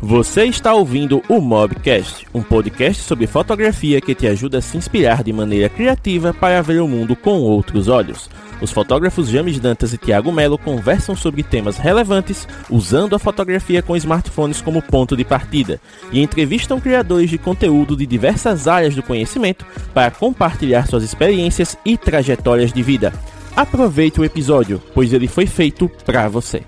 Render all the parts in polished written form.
Você está ouvindo o Mobcast, um podcast sobre fotografia que te ajuda a se inspirar de maneira criativa para ver o mundo com outros olhos. Os fotógrafos James Dantas e Thiago Melo conversam sobre temas relevantes usando a fotografia com smartphones como ponto de partida e entrevistam criadores de conteúdo de diversas áreas do conhecimento para compartilhar suas experiências e trajetórias de vida. Aproveite o episódio, pois ele foi feito para você.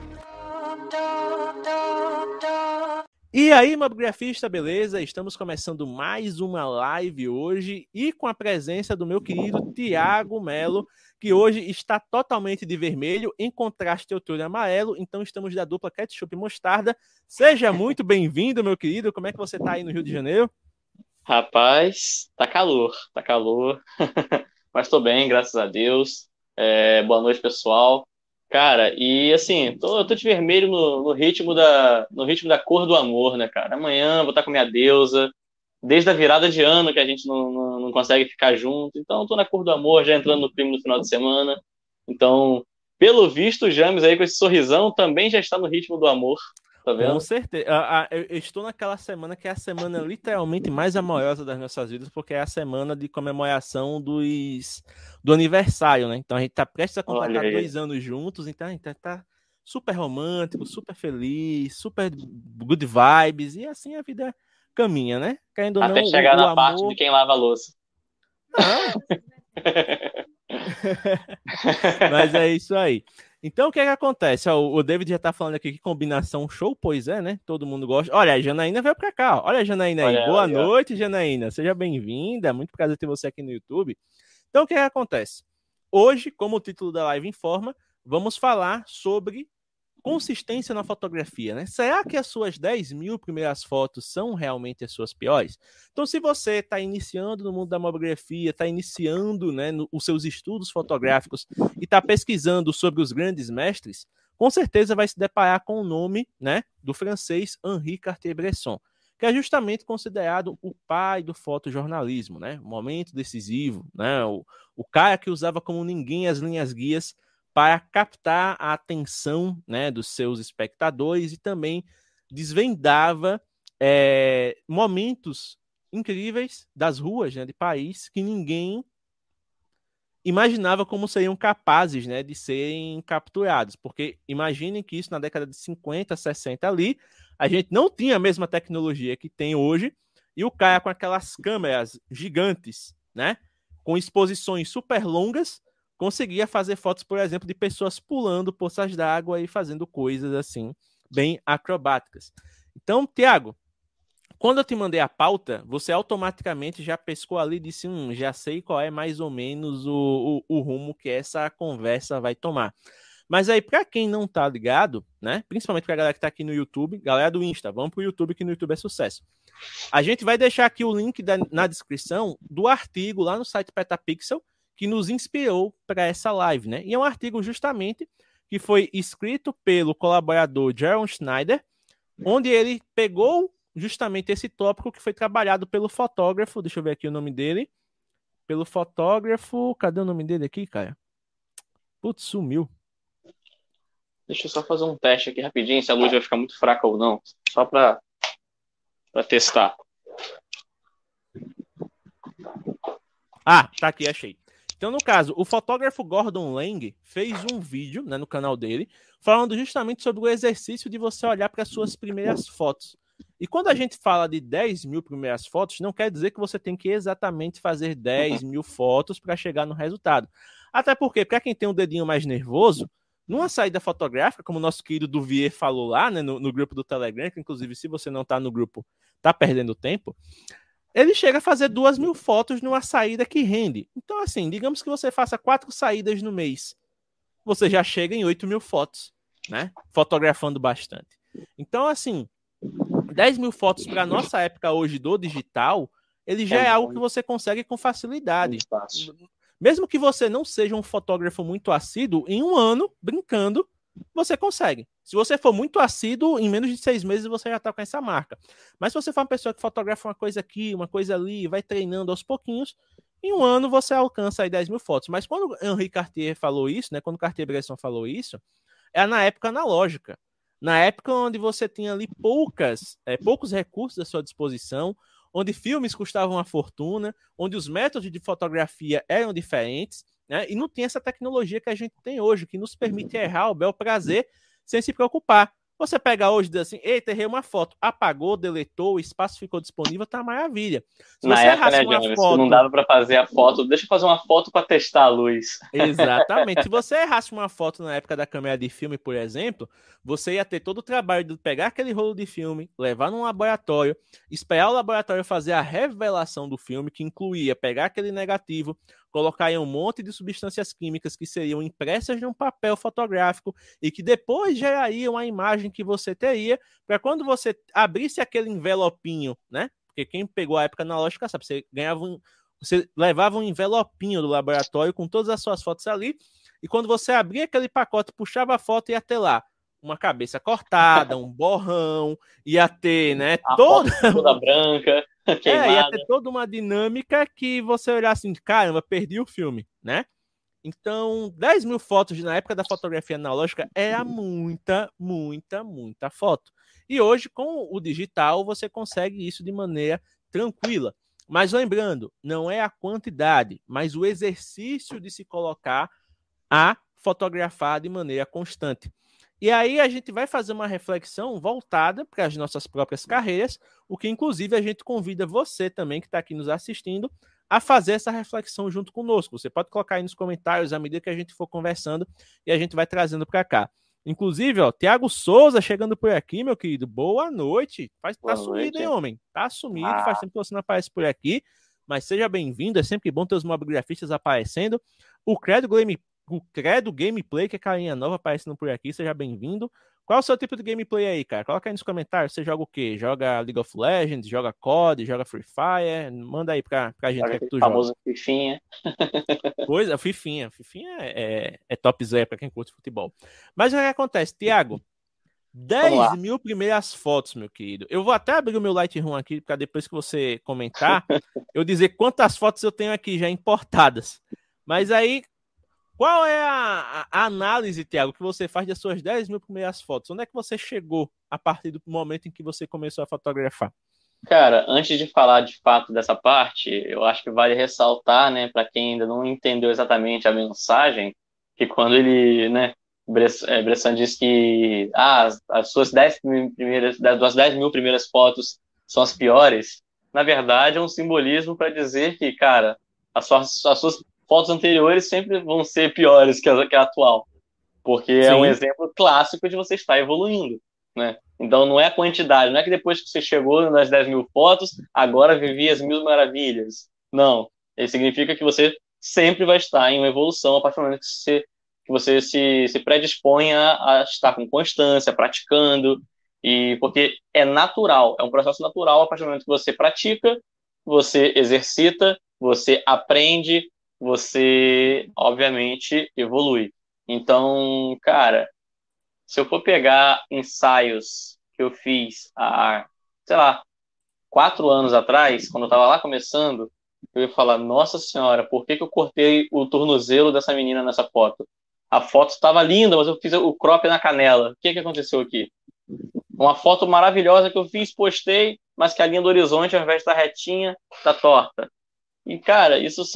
E aí, mobgrafista, beleza? Estamos começando mais uma live hoje e com a presença do meu querido Thiago Melo, que hoje está totalmente de vermelho, em contraste ao todo amarelo, então estamos da dupla Ketchup e Mostarda. Seja muito bem-vindo, meu querido. Como é que você está aí no Rio de Janeiro? Rapaz, tá calor, mas tô bem, graças a Deus. Boa noite, pessoal. Cara, e assim, eu tô de vermelho no ritmo da cor do amor, né, cara? Amanhã vou estar com minha deusa, desde a virada de ano que a gente não consegue ficar junto, então tô na cor do amor, já entrando no clima no final de semana. Então, pelo visto, o James aí com esse sorrisão também já está no ritmo do amor, tá Com vendo? certeza. Eu estou naquela semana que é a semana literalmente mais amorosa das nossas vidas, porque é a semana de comemoração do aniversário, né? Então a gente tá prestes a Olha completar aí. 2 anos juntos, então a gente tá super romântico, super feliz, super good vibes, e assim a vida caminha, né? Querendo ou Até não, chegar o na parte de amor. quem lava a louça. Não, mas é isso aí. Então, o que é que acontece? Ó, o David já tá falando aqui que combinação show, pois é, né? Todo mundo gosta. Olha, a Janaína veio pra cá, ó. Olha a Janaína aí. Olha ela Boa aí, ó. noite, Janaína. Seja bem-vinda. Muito prazer ter você aqui no YouTube. Então, o que é que acontece? Hoje, como o título da live informa, vamos falar sobre consistência na fotografia, né? Será que as suas 10.000 primeiras fotos são realmente as suas piores? Então, se você está iniciando no mundo da mobgrafia, está iniciando, né, os seus estudos fotográficos e está pesquisando sobre os grandes mestres, com certeza vai se deparar com o nome, né, do francês Henri Cartier-Bresson, que é justamente considerado o pai do fotojornalismo, né? O momento decisivo, né? O cara que usava como ninguém as linhas guias para captar a atenção, né, dos seus espectadores e também desvendava momentos incríveis das ruas, né, de Paris que ninguém imaginava como seriam capazes, né, de serem capturados, porque imaginem que isso na década de 50, 60 ali, a gente não tinha a mesma tecnologia que tem hoje, e o cara com aquelas câmeras gigantes, né, com exposições super longas, conseguia fazer fotos, por exemplo, de pessoas pulando poças d'água e fazendo coisas assim, bem acrobáticas. Então, Thiago, quando eu te mandei a pauta, você automaticamente já pescou ali e disse, já sei qual é mais ou menos o rumo que essa conversa vai tomar. Mas aí, para quem não tá ligado, né, principalmente pra galera que tá aqui no YouTube, galera do Insta, vamos pro YouTube, que no YouTube é sucesso. A gente vai deixar aqui o link na descrição do artigo lá no site Petapixel, que nos inspirou para essa live, né? E é um artigo justamente que foi escrito pelo colaborador Jaron Schneider, onde ele pegou justamente esse tópico que foi trabalhado pelo fotógrafo, deixa eu ver aqui o nome dele, pelo fotógrafo, cadê o nome dele aqui, cara? Putz, sumiu. Deixa eu só fazer um teste aqui rapidinho, se a luz vai ficar muito fraca ou não. Só pra testar. Ah, tá aqui, achei. Então, no caso, o fotógrafo Gordon Lang fez um vídeo, né, no canal dele, falando justamente sobre o exercício de você olhar para as suas primeiras fotos. E quando a gente fala de 10.000 primeiras fotos, não quer dizer que você tem que exatamente fazer 10.000 fotos para chegar no resultado. Até porque, para quem tem um dedinho mais nervoso, numa saída fotográfica, como o nosso querido Duvier falou lá, né, no grupo do Telegram, que inclusive se você não está no grupo, tá perdendo tempo, ele chega a fazer 2.000 fotos numa saída que rende. Então, assim, digamos que você faça 4 saídas no mês. Você já chega em 8.000 fotos, né? Fotografando bastante. Então, assim, 10.000 fotos para nossa época hoje do digital, ele É já é algo que muito, você consegue com facilidade. muito fácil. Mesmo que você não seja um fotógrafo muito assíduo, em um ano, brincando, você consegue. Se você for muito assíduo, em menos de 6 meses você já está com essa marca. Mas se você for uma pessoa que fotografa uma coisa aqui, uma coisa ali, vai treinando aos pouquinhos, em um ano você alcança aí 10.000 fotos. Mas quando Henri Cartier falou isso, né, quando Cartier-Bresson falou isso, é na época analógica. Na época onde você tinha ali poucos recursos à sua disposição, onde filmes custavam uma fortuna, onde os métodos de fotografia eram diferentes, né? E não tinha essa tecnologia que a gente tem hoje, que nos permite errar o bel prazer sem se preocupar. Você pega hoje e diz assim, eita, errei uma foto, apagou, deletou, o espaço ficou disponível, tá maravilha. Se Na você época, errasse né, uma Jonas, que não foto... dava pra fazer a foto. Deixa eu fazer uma foto pra testar a luz. Exatamente. Se você errasse uma foto na época da câmera de filme, por exemplo, você ia ter todo o trabalho de pegar aquele rolo de filme, levar num laboratório, esperar o laboratório fazer a revelação do filme, que incluía pegar aquele negativo, colocar em um monte de substâncias químicas que seriam impressas num papel fotográfico e que depois gerariam a imagem que você teria, para quando você abrisse aquele envelopinho, né? Porque quem pegou a época analógica sabe, você levava um envelopinho do laboratório com todas as suas fotos ali, e quando você abria aquele pacote, puxava a foto e ia ter lá uma cabeça cortada, um borrão, ia ter, né, A foto toda branca, ia ter queimada. toda uma dinâmica que você olhar assim, caramba, perdi o filme, né? Então, 10 mil fotos na época da fotografia analógica era muita, muita, muita foto. E hoje, com o digital, você consegue isso de maneira tranquila. Mas lembrando, não é a quantidade, mas o exercício de se colocar a fotografar de maneira constante. E aí a gente vai fazer uma reflexão voltada para as nossas próprias carreiras, o que inclusive a gente convida você também que está aqui nos assistindo a fazer essa reflexão junto conosco. Você pode colocar aí nos comentários à medida que a gente for conversando e a gente vai trazendo para cá. Inclusive, ó, Tiago Souza chegando por aqui, meu querido. Boa noite. Tá sumido, hein, homem? Tá sumido, faz tempo que você não aparece por aqui, mas seja bem-vindo. É sempre bom ter os mobigrafistas aparecendo. O Credo Gameplay, que é carinha nova aparecendo por aqui, seja bem-vindo. Qual é o seu tipo de gameplay aí, cara? Coloca aí nos comentários. Você joga o quê? Joga League of Legends? Joga COD? Joga Free Fire? Manda aí pra gente o que é que tu famoso joga. Fifinha. Coisa, Fifinha. Fifinha é top zero pra quem curte futebol. Mas o que acontece, Thiago? 10 mil primeiras fotos, meu querido. Eu vou até abrir o meu Lightroom aqui, para depois que você comentar, eu dizer quantas fotos eu tenho aqui já importadas. Mas aí, qual é a análise, Thiago, que você faz das suas 10 mil primeiras fotos? Onde é que você chegou a partir do momento em que você começou a fotografar? Cara, antes de falar de fato dessa parte, eu acho que vale ressaltar, né, para quem ainda não entendeu exatamente a mensagem, que quando ele, né, Bressan diz que as suas 10 primeiras, das 10 mil primeiras fotos são as piores, na verdade é um simbolismo para dizer que, cara, as suas fotos anteriores sempre vão ser piores que a atual, porque é um Sim. exemplo clássico de você estar evoluindo, né? Então não é a quantidade, não é que depois que você chegou nas 10 mil fotos, agora vivi as mil maravilhas. Não. Isso significa que você sempre vai estar em uma evolução a partir do momento que você se predispõe a estar com constância, praticando, e porque é natural, é um processo natural a partir do momento que você pratica, você exercita, você aprende, você, obviamente, evolui. Então, cara, se eu for pegar ensaios que eu fiz há, sei lá, 4 anos atrás, quando eu tava lá começando, eu ia falar, nossa senhora, por que eu cortei o tornozelo dessa menina nessa foto? A foto estava linda, mas eu fiz o crop na canela. O que aconteceu aqui? Uma foto maravilhosa que eu fiz, postei, mas que a linha do horizonte, ao invés de estar retinha, está torta. E, cara,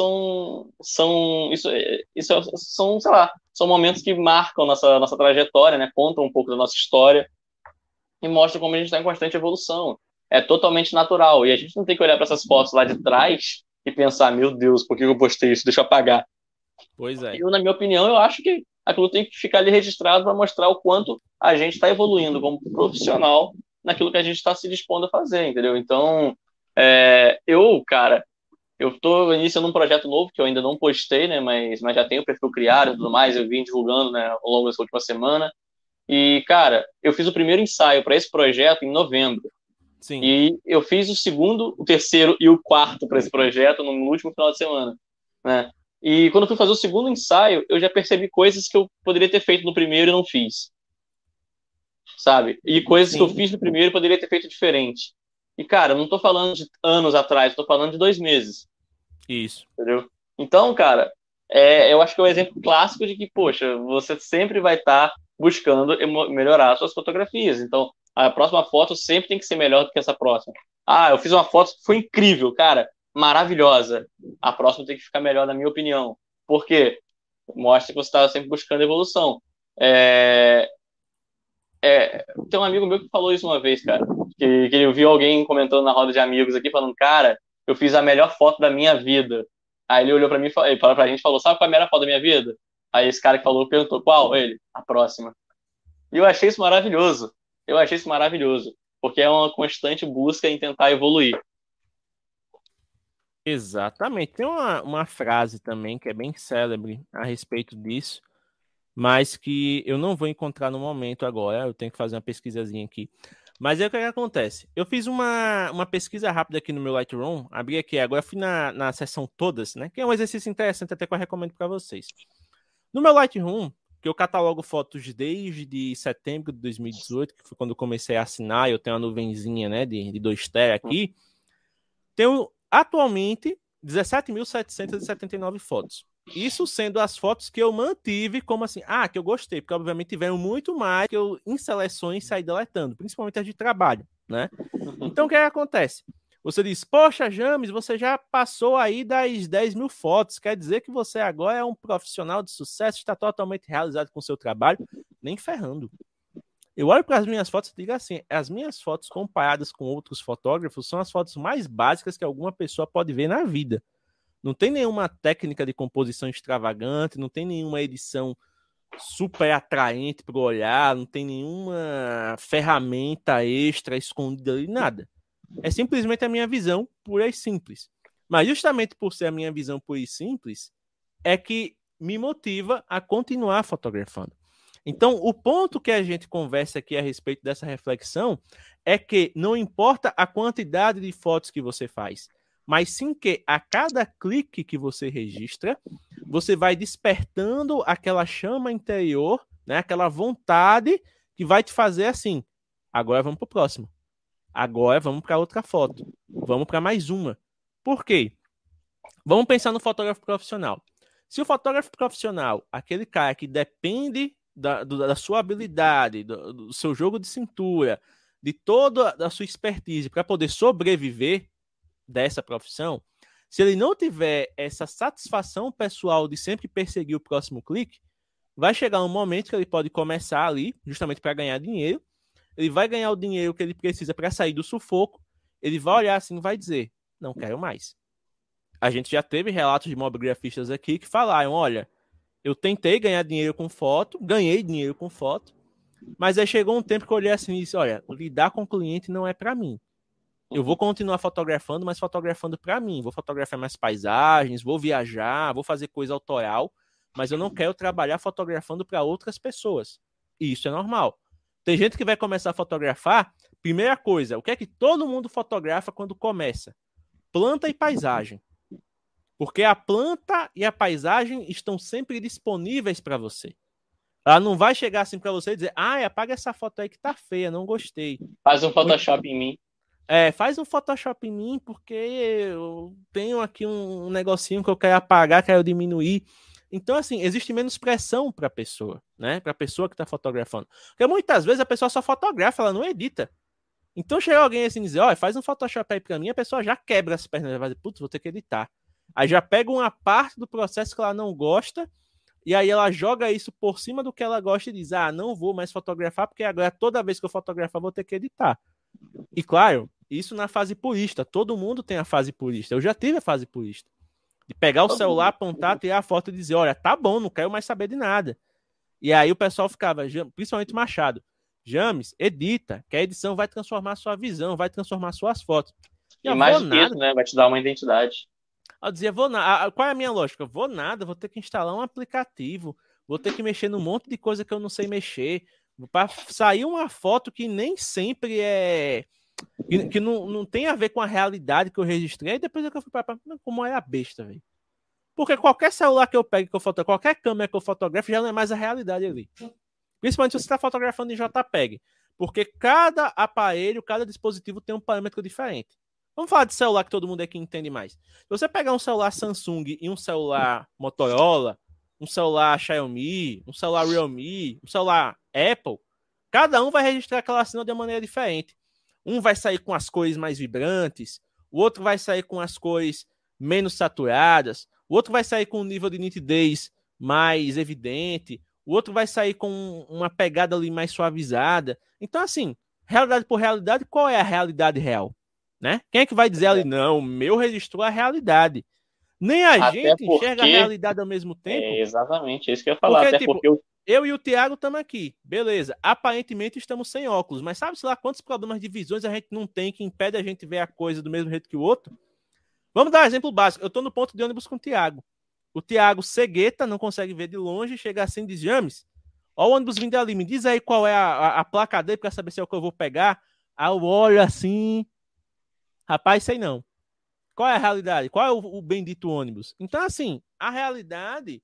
isso são, sei lá, são momentos que marcam nossa trajetória, né? Contam um pouco da nossa história e mostram como a gente está em constante evolução. É totalmente natural. E a gente não tem que olhar para essas fotos lá de trás e pensar, meu Deus, por que eu postei isso? Deixa eu apagar. Pois é. Eu, na minha opinião, eu acho que aquilo tem que ficar ali registrado para mostrar o quanto a gente está evoluindo como profissional naquilo que a gente está se dispondo a fazer, entendeu? Então, cara, eu tô iniciando um projeto novo que eu ainda não postei, né? Mas já tenho o perfil criado e tudo mais. Eu vim divulgando, né, ao longo dessa última semana. E, cara, eu fiz o primeiro ensaio para esse projeto em novembro. Sim. E eu fiz o segundo, o terceiro e o quarto para esse projeto no último final de semana, né? E quando eu fui fazer o segundo ensaio, eu já percebi coisas que eu poderia ter feito no primeiro e não fiz, sabe? E coisas que eu fiz no primeiro e poderia ter feito diferente. E, cara, eu não tô falando de anos atrás, eu tô falando de 2 meses. Isso. Entendeu? Então, cara, eu acho que é um exemplo clássico de que, poxa, você sempre vai estar buscando melhorar suas fotografias. Então, a próxima foto sempre tem que ser melhor do que essa próxima. Ah, eu fiz uma foto que foi incrível, cara, maravilhosa. A próxima tem que ficar melhor, na minha opinião. Por quê? Mostra que você está sempre buscando evolução. É, tem um amigo meu que falou isso uma vez, cara, que ele viu alguém comentando na roda de amigos aqui, falando, cara, eu fiz a melhor foto da minha vida. Aí ele olhou pra mim, ele falou pra gente, falou, sabe qual é a melhor foto da minha vida? Aí esse cara que falou perguntou, qual? Ele, a próxima. E eu achei isso maravilhoso. Eu achei isso maravilhoso, porque é uma constante busca em tentar evoluir. Exatamente. Tem uma frase também que é bem célebre a respeito disso, mas que eu não vou encontrar no momento agora. Eu tenho que fazer uma pesquisazinha aqui. Mas é o que acontece. Eu fiz uma pesquisa rápida aqui no meu Lightroom, abri aqui, agora fui na seção todas, né? Que é um exercício interessante até que eu recomendo para vocês. No meu Lightroom, que eu catalogo fotos desde setembro de 2018, que foi quando eu comecei a assinar, eu tenho uma nuvenzinha, né, de 2 TB aqui, tenho atualmente 17.779 fotos. Isso sendo as fotos que eu mantive como assim, que eu gostei, porque obviamente tiveram muito mais que eu em seleções saí deletando, principalmente as de trabalho, né? Então o que acontece? Você diz, poxa, James, você já passou aí das 10 mil fotos, quer dizer que você agora é um profissional de sucesso, está totalmente realizado com o seu trabalho? Nem ferrando. Eu olho para as minhas fotos e digo assim, as minhas fotos comparadas com outros fotógrafos são as fotos mais básicas que alguma pessoa pode ver na vida. Não tem nenhuma técnica de composição extravagante, não tem nenhuma edição super atraente para o olhar, não tem nenhuma ferramenta extra escondida ali, nada. É simplesmente a minha visão pura e simples. Mas justamente por ser a minha visão pura e simples, é que me motiva a continuar fotografando. Então, o ponto que a gente conversa aqui a respeito dessa reflexão é que não importa a quantidade de fotos que você faz, mas sim que a cada clique que você registra, você vai despertando aquela chama interior, né, aquela vontade que vai te fazer assim, agora vamos para o próximo. Agora vamos para outra foto. Vamos para mais uma. Por quê? Vamos pensar no fotógrafo profissional. Se o fotógrafo profissional, aquele cara que depende da sua habilidade, do seu jogo de cintura, de toda a sua expertise para poder sobreviver dessa profissão, se ele não tiver essa satisfação pessoal de sempre perseguir o próximo clique, vai chegar um momento que ele pode começar ali, justamente para ganhar dinheiro, ele vai ganhar o dinheiro que ele precisa para sair do sufoco, ele vai olhar assim e vai dizer, não quero mais. A gente já teve relatos de mobigrafistas aqui que falaram, olha, eu tentei ganhar dinheiro com foto, ganhei dinheiro com foto, mas aí chegou um tempo que eu olhei assim e disse, olha, lidar com o cliente não é para mim. Eu vou continuar fotografando, mas fotografando para mim. Vou fotografar mais paisagens, vou viajar, vou fazer coisa autoral, mas eu não quero trabalhar fotografando para outras pessoas. E isso é normal. Tem gente que vai começar a fotografar, primeira coisa, o que é que todo mundo fotografa quando começa? Planta e paisagem. Porque a planta e a paisagem estão sempre disponíveis para você. Ela não vai chegar assim para você e dizer, apaga essa foto aí que tá feia, não gostei. Faz um Photoshop em mim. Faz um Photoshop em mim, porque eu tenho aqui um negocinho que eu quero apagar, quero diminuir. Então, assim, existe menos pressão para a pessoa, né? Para a pessoa que está fotografando. Porque muitas vezes a pessoa só fotografa, ela não edita. Então, chega alguém assim e diz, faz um Photoshop aí para mim, a pessoa já quebra as pernas, vai dizer, putz, vou ter que editar. Aí já pega uma parte do processo que ela não gosta, e aí ela joga isso por cima do que ela gosta e diz, não vou mais fotografar, porque agora toda vez que eu fotografar, vou ter que editar. E claro, isso na fase purista. Todo mundo tem a fase purista. Eu já tive a fase purista. De pegar o celular, apontar, tirar a foto e dizer, olha, tá bom, não quero mais saber de nada. E aí o pessoal ficava, principalmente Machado, James, edita, que a edição vai transformar a sua visão, vai transformar suas fotos. E mais do que isso, né? Vai te dar uma identidade. Eu dizia, vou nada. Qual é a minha lógica? Vou nada, vou ter que instalar um aplicativo, vou ter que mexer num monte de coisa que eu não sei mexer, para sair uma foto que nem sempre que não tem a ver com a realidade que eu registrei, e depois é que eu fui para como é a besta, velho. Porque qualquer celular que eu pegue, que eu fotografo, qualquer câmera que eu fotografo, já não é mais a realidade ali. Principalmente se você está fotografando em JPEG. Porque cada aparelho, cada dispositivo tem um parâmetro diferente. Vamos falar de celular que todo mundo aqui entende mais. Se você pegar um celular Samsung e um celular Motorola, um celular Xiaomi, um celular Realme, um celular Apple, cada um vai registrar aquela assinatura de uma maneira diferente. Um vai sair com as cores mais vibrantes, o outro vai sair com as cores menos saturadas, o outro vai sair com um nível de nitidez mais evidente, o outro vai sair com uma pegada ali mais suavizada. Então, assim, realidade por realidade, qual é a realidade real? Né? Quem é que vai dizer ali, não, o meu registrou a realidade? Nem a Até gente enxerga a porque, realidade ao mesmo tempo. exatamente, é isso que eu ia falar. Porque, Até tipo, porque eu. eu e o Thiago estamos aqui, beleza. Aparentemente estamos sem óculos, mas sabe-se lá quantos problemas de visões a gente não tem que impede a gente ver a coisa do mesmo jeito que o outro? Vamos dar um exemplo básico. Eu estou no ponto de ônibus com o Thiago. O Thiago cegueta, não consegue ver de longe, chega assim e diz, James, ó o ônibus vindo ali, me diz aí qual é a placa dele para saber se é o que eu vou pegar. Aí eu olho assim, rapaz, sei não. Qual é a realidade? Qual é o bendito ônibus? Então, assim, a realidade,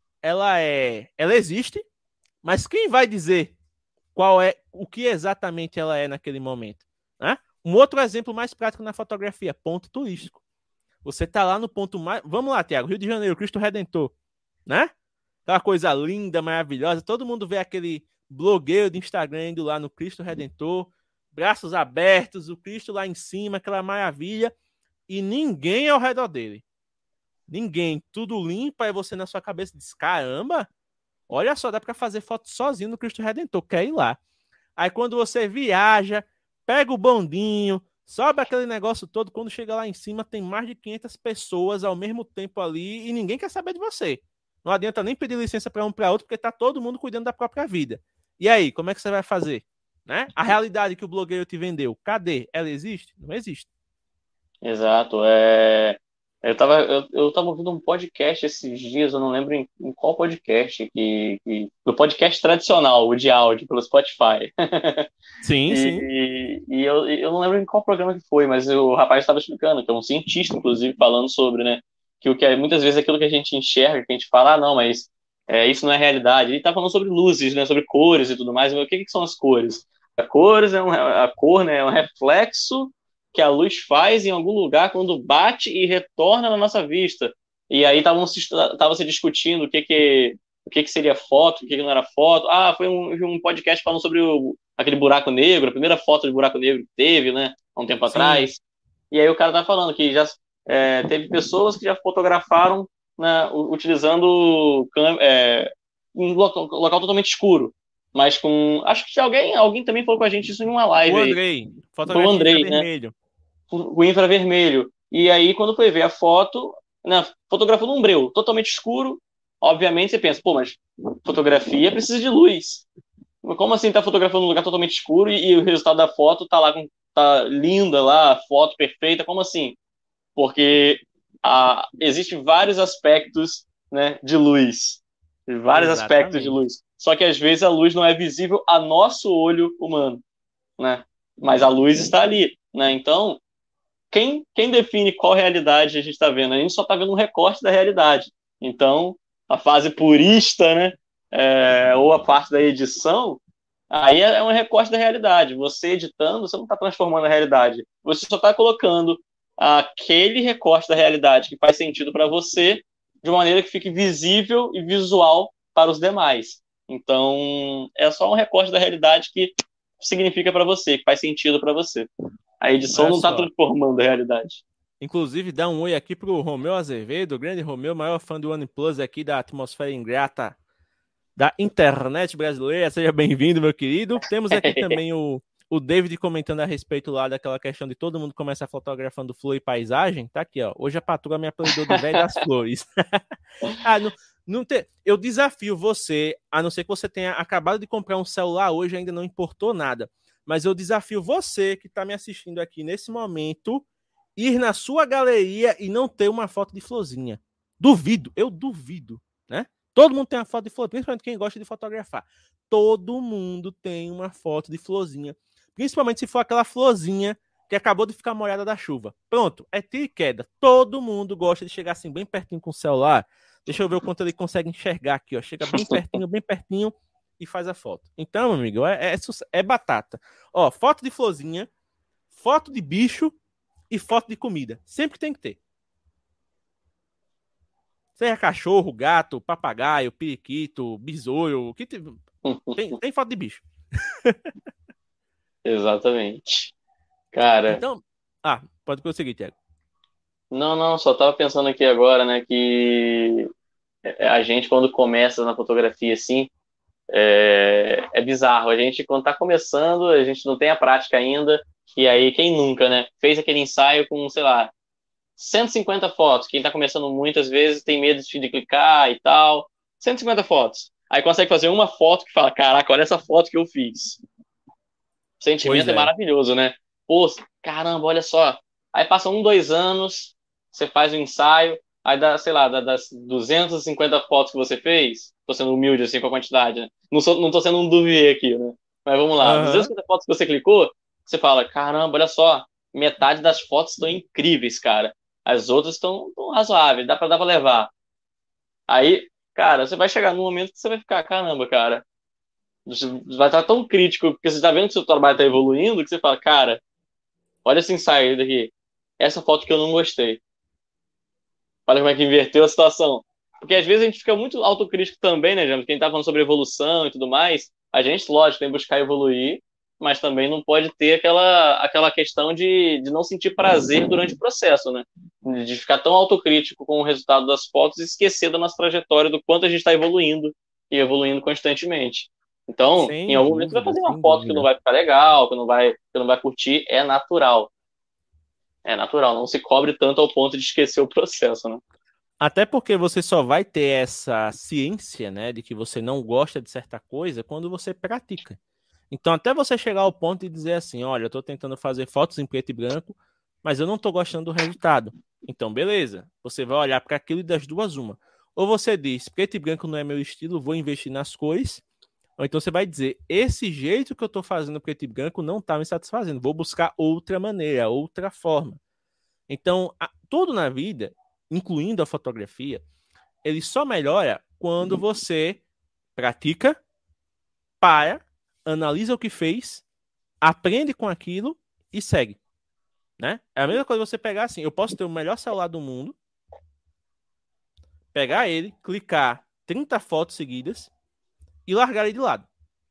ela existe, mas quem vai dizer qual é, o que exatamente ela é naquele momento? Né? Um outro exemplo mais prático na fotografia, ponto turístico. Você tá lá no ponto mais... Vamos lá, Tiago, Rio de Janeiro, Cristo Redentor, né? Aquela coisa linda, maravilhosa. Todo mundo vê aquele blogueiro de Instagram indo lá no Cristo Redentor, braços abertos, o Cristo lá em cima, aquela maravilha, e ninguém ao redor dele. Ninguém. Tudo limpo, aí você na sua cabeça diz, caramba, olha só, dá para fazer foto sozinho no Cristo Redentor, quer ir lá. Aí quando você viaja, pega o bondinho, sobe aquele negócio todo, quando chega lá em cima tem mais de 500 pessoas ao mesmo tempo ali e ninguém quer saber de você. Não adianta nem pedir licença para um para outro, porque tá todo mundo cuidando da própria vida. E aí, como é que você vai fazer? Né? A realidade que o blogueiro te vendeu, cadê? Ela existe? Não existe. Exato. Eu tava ouvindo um podcast esses dias, eu não lembro em qual podcast, do podcast tradicional, o de áudio, pelo Spotify. Sim, sim. Eu não lembro em qual programa que foi, mas o rapaz estava explicando, que é um cientista, inclusive, falando sobre, né, que o que é muitas vezes aquilo que a gente enxerga, que a gente fala, ah, não, mas isso não é realidade. Ele tá falando sobre luzes, né, sobre cores e tudo mais, mas o que são as cores? A cor, né, é um reflexo que a luz faz em algum lugar quando bate e retorna na nossa vista. E aí estavam se discutindo o que seria foto, o que não era foto. Ah, foi um podcast falando sobre aquele buraco negro, a primeira foto de buraco negro que teve, né, há um tempo Sim. atrás. E aí o cara tá falando que já teve pessoas que já fotografaram, né, utilizando um local totalmente escuro. Mas com. Acho que alguém também falou com a gente isso em uma O live aí. Andrei, Foi o fotografia Andrei, né? infravermelho. O infravermelho. E aí, quando foi ver a foto, né, fotografou num breu totalmente escuro, obviamente você pensa, pô, mas fotografia precisa de luz. Como assim tá fotografando num lugar totalmente escuro e o resultado da foto tá lá, tá linda lá, foto perfeita? Como assim? Porque existem vários aspectos, né, de luz. Vários aspectos de Exatamente. luz. Só que às vezes a luz não é visível a nosso olho humano, né? Mas a luz está ali, né? Então, quem define qual realidade a gente está vendo? A gente só está vendo um recorte da realidade. Então, a fase purista, né? Ou a parte da edição, aí é um recorte da realidade. Você editando, você não está transformando a realidade. Você só está colocando aquele recorte da realidade que faz sentido para você de uma maneira que fique visível e visual para os demais. Então, é só um recorte da realidade que significa para você, que faz sentido para você. A edição Olha não está só. transformando a realidade. Inclusive, dá um oi aqui pro Romeu Azevedo, o grande Romeu, maior fã do OnePlus aqui da atmosfera ingrata da internet brasileira. Seja bem-vindo, meu querido. Temos aqui também o David comentando a respeito lá daquela questão de todo mundo começar fotografando flor e paisagem. Tá aqui, ó. Hoje a patroa me apelidou de velho das flores. Eu desafio você, a não ser que você tenha acabado de comprar um celular hoje e ainda não importou nada, mas eu desafio você que está me assistindo aqui nesse momento ir na sua galeria e não ter uma foto de florzinha. Duvido, eu duvido, né? Todo mundo tem uma foto de flor, principalmente quem gosta de fotografar. Todo mundo tem uma foto de florzinha, principalmente se for aquela florzinha que acabou de ficar molhada da chuva. Pronto, é tiro e queda. Todo mundo gosta de chegar assim bem pertinho com o celular. Deixa eu ver o quanto ele consegue enxergar aqui, ó. Chega bem pertinho e faz a foto. Então, meu amigo, é batata. Ó, foto de florzinha, foto de bicho e foto de comida. Sempre tem que ter. Seja cachorro, gato, papagaio, periquito, besouro, tem foto de bicho. Exatamente. Cara, Então, pode prosseguir, Thiago. não, só tava pensando aqui agora, né, que a gente, quando começa na fotografia, assim, é bizarro. A gente, quando tá começando, a gente não tem a prática ainda, e aí, quem nunca, né, fez aquele ensaio com, sei lá, 150 fotos. Quem tá começando muitas vezes tem medo de clicar e tal. 150 fotos. Aí consegue fazer uma foto que fala, caraca, olha essa foto que eu fiz. O Pois sentimento é é. maravilhoso, né? Pô, caramba, olha só. Aí passa 2 anos, você faz um ensaio, aí dá, sei lá, das 250 fotos que você fez, tô sendo humilde assim com a quantidade, né? Não tô sendo um duvier aqui, né? Mas vamos lá, Aham. 250 fotos que você clicou, você fala, caramba, olha só, metade das fotos estão incríveis, cara. As outras estão razoáveis, dá pra levar. Aí, cara, você vai chegar num momento que você vai ficar, caramba, cara, você vai estar tão crítico, porque você está vendo que seu trabalho está evoluindo, que você fala, cara, olha esse ensaio daqui. Essa foto que eu não gostei. Olha como é que inverteu a situação. Porque às vezes a gente fica muito autocrítico também, né, James? Quem tá falando sobre evolução e tudo mais, a gente, lógico, tem que buscar evoluir, mas também não pode ter aquela questão de não sentir prazer durante o processo, né? De ficar tão autocrítico com o resultado das fotos e esquecer da nossa trajetória, do quanto a gente está evoluindo e evoluindo constantemente. Então, em Sem algum momento você vai dúvida, fazer uma sem foto que não dúvida. vai ficar legal, que não vai curtir, é natural. É natural, não se cobre tanto ao ponto de esquecer o processo, né? Até porque você só vai ter essa ciência, né, de que você não gosta de certa coisa quando você pratica. Então, até você chegar ao ponto de dizer assim, olha, eu estou tentando fazer fotos em preto e branco, mas eu não estou gostando do resultado. Então, beleza. Você vai olhar para aquilo e das duas uma. Ou você diz, preto e branco não é meu estilo, vou investir nas cores. Ou então você vai dizer, esse jeito que eu estou fazendo preto e branco não está me satisfazendo. Vou buscar outra maneira, outra forma. Então, tudo na vida, incluindo a fotografia, ele só melhora quando você pratica, para, analisa o que fez, aprende com aquilo e segue, né? É a mesma coisa você pegar assim, eu posso ter o melhor celular do mundo, pegar ele, clicar 30 fotos seguidas e largar ele de lado.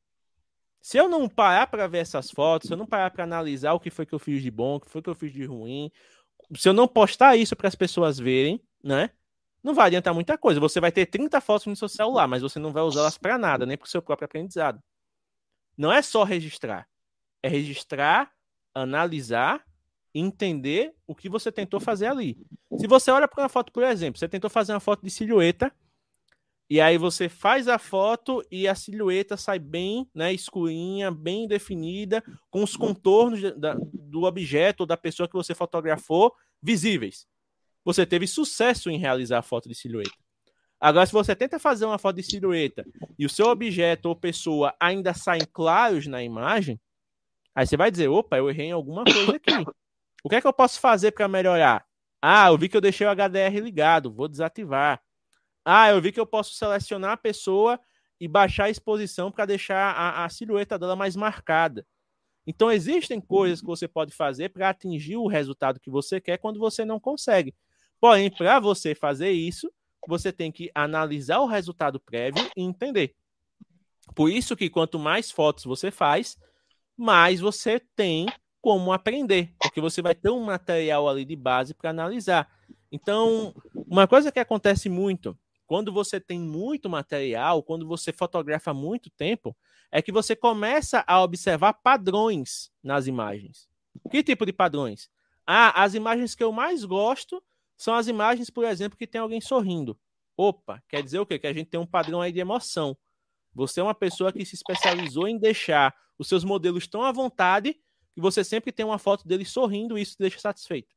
Se eu não parar para ver essas fotos, se eu não parar para analisar o que foi que eu fiz de bom, o que foi que eu fiz de ruim, se eu não postar isso para as pessoas verem, né? Não vai adiantar muita coisa. Você vai ter 30 fotos no seu celular, mas você não vai usá-las para nada, nem para o seu próprio aprendizado. Não é só registrar. É registrar, analisar, entender o que você tentou fazer ali. Se você olha para uma foto, por exemplo, você tentou fazer uma foto de silhueta, e aí você faz a foto e a silhueta sai bem, né, escurinha, bem definida, com os contornos do objeto ou da pessoa que você fotografou visíveis. Você teve sucesso em realizar a foto de silhueta. Agora, se você tenta fazer uma foto de silhueta e o seu objeto ou pessoa ainda saem claros na imagem, aí você vai dizer, opa, eu errei em alguma coisa aqui. O que é que eu posso fazer para melhorar? Eu vi que eu deixei o HDR ligado, vou desativar. Eu vi que eu posso selecionar a pessoa e baixar a exposição para deixar a silhueta dela mais marcada. Então, existem coisas que você pode fazer para atingir o resultado que você quer quando você não consegue. Porém, para você fazer isso, você tem que analisar o resultado prévio e entender. Por isso que quanto mais fotos você faz, mais você tem como aprender, porque você vai ter um material ali de base para analisar. Então, uma coisa que acontece muito quando você tem muito material, quando você fotografa muito tempo, é que você começa a observar padrões nas imagens. Que tipo de padrões? As imagens que eu mais gosto são as imagens, por exemplo, que tem alguém sorrindo. Opa, quer dizer o quê? Que a gente tem um padrão aí de emoção. Você é uma pessoa que se especializou em deixar os seus modelos tão à vontade que você sempre tem uma foto dele sorrindo e isso te deixa satisfeito.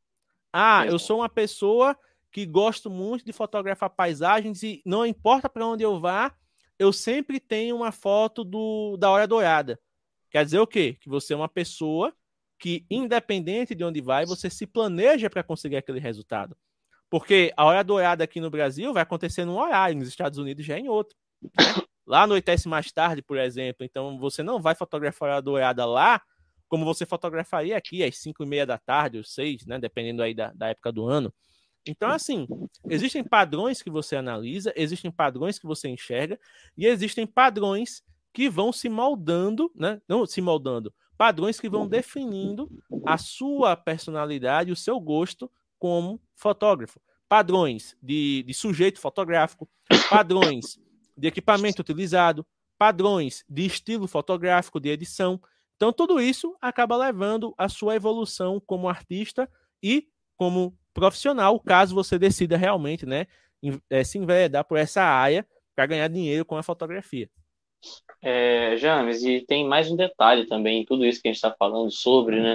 Eu sou uma pessoa que gosto muito de fotografar paisagens e não importa para onde eu vá, eu sempre tenho uma foto da hora dourada. Quer dizer o quê? Que você é uma pessoa que, independente de onde vai, você se planeja para conseguir aquele resultado. Porque a hora dourada aqui no Brasil vai acontecer num horário, nos Estados Unidos já é em outro, né? Lá anoitece mais tarde, por exemplo, então você não vai fotografar a hora dourada lá como você fotografaria aqui às 5:30 da tarde, ou 6, né? Dependendo aí da época do ano. Então, assim, existem padrões que você analisa, existem padrões que você enxerga, e existem padrões que vão se moldando, né? Não se moldando, padrões que vão definindo a sua personalidade, o seu gosto como fotógrafo. Padrões de sujeito fotográfico, padrões de equipamento utilizado, padrões de estilo fotográfico, de edição. Então, tudo isso acaba levando a sua evolução como artista e como profissional, caso você decida realmente, né, se enveredar por essa área para ganhar dinheiro com a fotografia. James, e tem mais um detalhe também em tudo isso que a gente está falando sobre, né?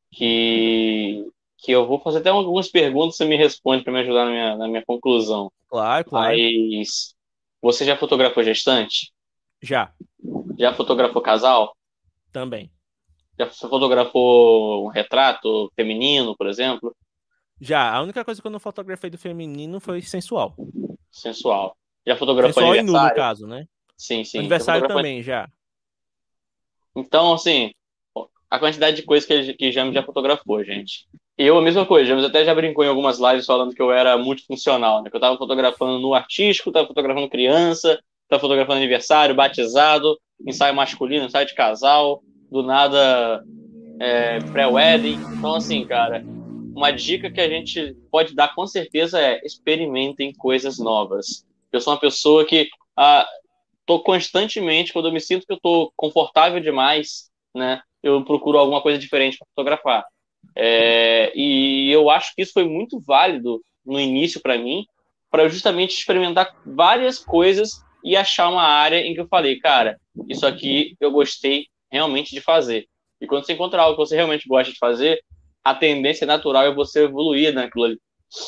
Que eu vou fazer até algumas perguntas e você me responde para me ajudar na minha conclusão. Claro. Mas você já fotografou gestante? Já. Já fotografou casal? Também. Já fotografou um retrato feminino, por exemplo? Já. A única coisa que eu não fotografei do feminino foi sensual. Sensual. Já fotografou sensual aniversário? E nu, no caso, né? Sim. Aniversário também, já. Então, assim, a quantidade de coisas que James já fotografou, gente. Eu, a mesma coisa, James até já brincou em algumas lives falando que eu era multifuncional, né? Que eu tava fotografando no artístico, tava fotografando criança, tava fotografando aniversário, batizado, ensaio masculino, ensaio de casal, do nada pré-wedding. Então, assim, cara, uma dica que a gente pode dar com certeza é experimentem coisas novas. Eu sou uma pessoa que tô constantemente, quando eu me sinto que eu tô confortável demais, né, eu procuro alguma coisa diferente para fotografar. E eu acho que isso foi muito válido no início para mim, para eu justamente experimentar várias coisas e achar uma área em que eu falei, cara, isso aqui eu gostei realmente de fazer. E quando você encontra algo que você realmente gosta de fazer, a tendência natural é você evoluir naquilo ali.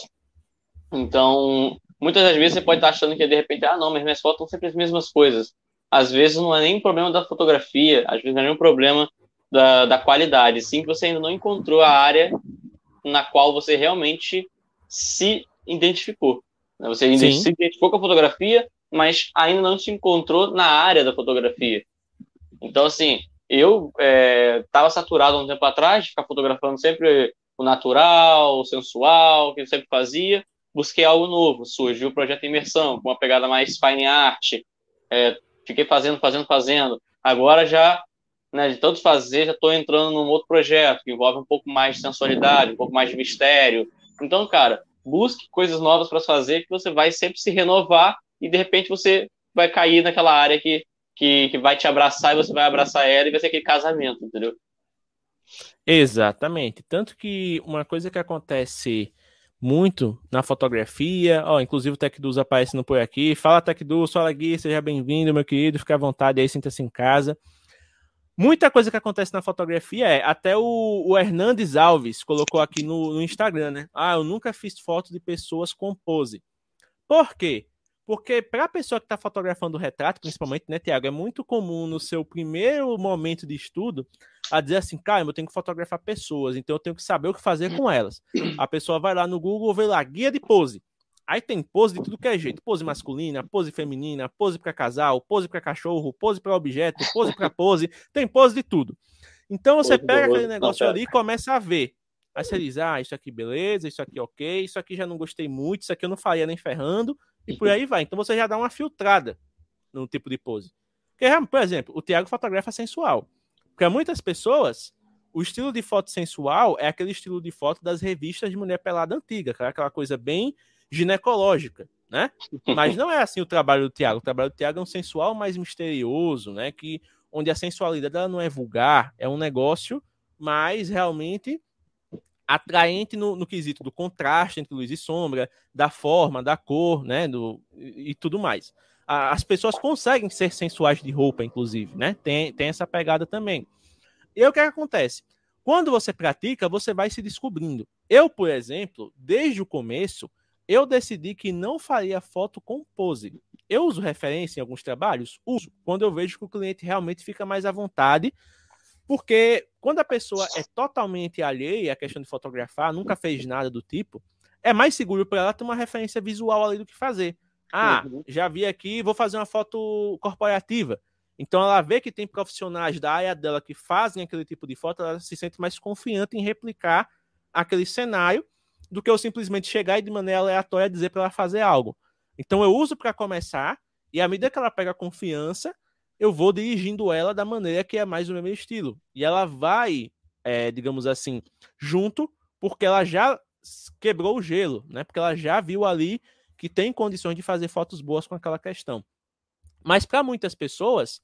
Então, muitas das vezes você pode estar achando que de repente, não, mas minhas fotos são sempre as mesmas coisas. Às vezes não é nem um problema da fotografia, às vezes não é nem um problema da qualidade, sim que você ainda não encontrou a área na qual você realmente se identificou. Você se identificou com a fotografia, mas ainda não se encontrou na área da fotografia. Então, assim, eu estava saturado há um tempo atrás de ficar fotografando sempre o natural, o sensual, que eu sempre fazia. Busquei algo novo, surgiu o projeto Imersão, com uma pegada mais fine art. Fiquei fazendo. Agora já, né, de tanto fazer, já estou entrando num outro projeto que envolve um pouco mais de sensualidade, um pouco mais de mistério. Então, cara, busque coisas novas para fazer que você vai sempre se renovar e, de repente, você vai cair naquela área que vai te abraçar e você vai abraçar ela e vai ser aquele casamento, entendeu? Exatamente. Tanto que uma coisa que acontece muito na fotografia, inclusive o TechDuz aparecendo por aqui. Fala, TechDuz, fala, Gui, seja bem-vindo, meu querido, fica à vontade aí, sinta-se em casa. Muita coisa que acontece na fotografia até o Hernandes Alves colocou aqui no Instagram, né? Eu nunca fiz foto de pessoas com pose. Por quê? Porque para a pessoa que está fotografando o retrato, principalmente, né, Tiago, é muito comum no seu primeiro momento de estudo a dizer assim, cara, eu tenho que fotografar pessoas, então eu tenho que saber o que fazer com elas. A pessoa vai lá no Google, vê lá, guia de pose. Aí tem pose de tudo que é jeito, pose masculina, pose feminina, pose para casal, pose para cachorro, pose para objeto, pose para pose, tem pose de tudo. Então você pega aquele negócio ali e começa a ver. Aí você diz, isso aqui beleza, isso aqui ok, isso aqui já não gostei muito, isso aqui eu não faria nem ferrando, e por aí vai. Então você já dá uma filtrada no tipo de pose. Porque, por exemplo, o Thiago fotografa sensual. Para muitas pessoas, o estilo de foto sensual é aquele estilo de foto das revistas de mulher pelada antiga, aquela coisa bem ginecológica, né? Mas não é assim o trabalho do Thiago. O trabalho do Thiago é um sensual mais misterioso, né? Onde a sensualidade ela não é vulgar, é um negócio mais realmente atraente no quesito do contraste entre luz e sombra, da forma, da cor, né, e tudo mais. As pessoas conseguem ser sensuais de roupa, inclusive, né? Tem essa pegada também. E aí o que acontece? Quando você pratica, você vai se descobrindo. Eu, por exemplo, desde o começo, eu decidi que não faria foto com pose. Eu uso referência em alguns trabalhos? Uso. Quando eu vejo que o cliente realmente fica mais à vontade. Porque quando a pessoa é totalmente alheia à questão de fotografar, nunca fez nada do tipo, é mais seguro para ela ter uma referência visual ali do que fazer. Já vi aqui, vou fazer uma foto corporativa. Então ela vê que tem profissionais da área dela que fazem aquele tipo de foto, ela se sente mais confiante em replicar aquele cenário do que eu simplesmente chegar e de maneira aleatória dizer para ela fazer algo. Então eu uso para começar e à medida que ela pega confiança, eu vou dirigindo ela da maneira que é mais o meu estilo. E ela vai, digamos assim, junto, porque ela já quebrou o gelo, né? Porque ela já viu ali que tem condições de fazer fotos boas com aquela questão. Mas para muitas pessoas,